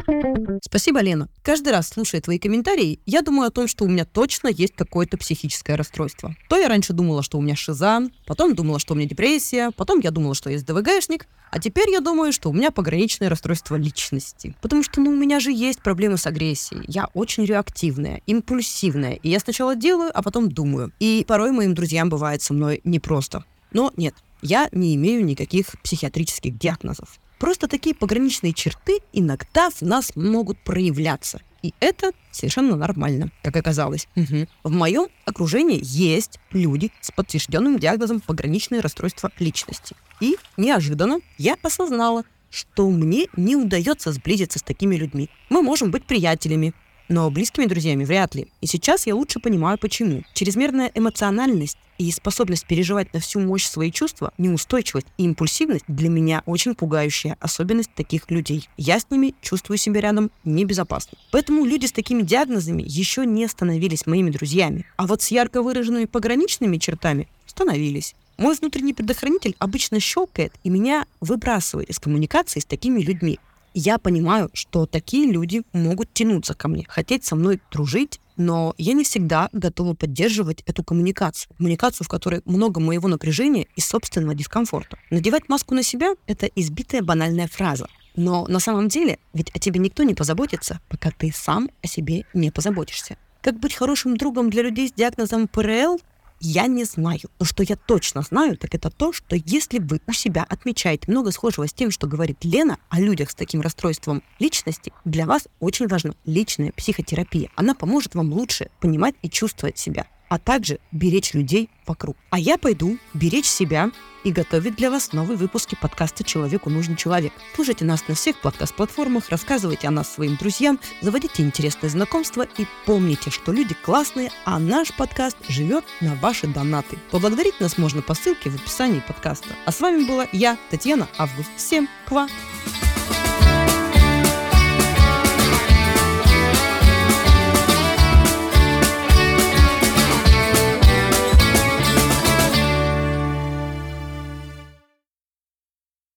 Спасибо, Лена. Каждый раз, слушая твои комментарии, я думаю о том, что у меня точно есть какое-то психическое расстройство. То я раньше думала, что у меня шиза, потом думала, что у меня депрессия, потом я думала, что я эс дэ вэ гэшник, а теперь я думаю, что у меня пограничное расстройство личности. Потому что, ну, у меня же есть проблемы с агрессией. Я очень реактивная, импульсивная. И я сначала делаю, а потом думаю. И порой моим друзьям бывает со мной непросто. Но нет, я не имею никаких психиатрических диагнозов. Просто такие пограничные черты иногда в нас могут проявляться. И это совершенно нормально, как оказалось. Угу. В моем окружении есть люди с подтвержденным диагнозом пограничное расстройство личности. И неожиданно я осознала, что мне не удается сблизиться с такими людьми. Мы можем быть приятелями, но близкими друзьями вряд ли. И сейчас я лучше понимаю, почему. Чрезмерная эмоциональность и способность переживать на всю мощь свои чувства, неустойчивость и импульсивность для меня очень пугающая особенность таких людей. Я с ними чувствую себя рядом небезопасно. Поэтому люди с такими диагнозами еще не становились моими друзьями. А вот с ярко выраженными пограничными чертами становились. Мой внутренний предохранитель обычно щелкает и меня выбрасывает из коммуникации с такими людьми. Я понимаю, что такие люди могут тянуться ко мне, хотеть со мной дружить, но я не всегда готова поддерживать эту коммуникацию. Коммуникацию, в которой много моего напряжения и собственного дискомфорта. Надевать маску на себя — это избитая банальная фраза. Но на самом деле ведь о тебе никто не позаботится, пока ты сам о себе не позаботишься. Как быть хорошим другом для людей с диагнозом пэ эр эл? Я не знаю. Но что я точно знаю, так это то, что если вы у себя отмечаете много схожего с тем, что говорит Лена о людях с таким расстройством личности, для вас очень важна личная психотерапия. Она поможет вам лучше понимать и чувствовать себя, а также беречь людей вокруг. А я пойду беречь себя и готовить для вас новые выпуски подкаста «Человеку нужен человек». Слушайте нас на всех подкаст-платформах, рассказывайте о нас своим друзьям, заводите интересные знакомства и помните, что люди классные, а наш подкаст живет на ваши донаты. Поблагодарить нас можно по ссылке в описании подкаста. А с вами была я, Татьяна Август. Всем ква!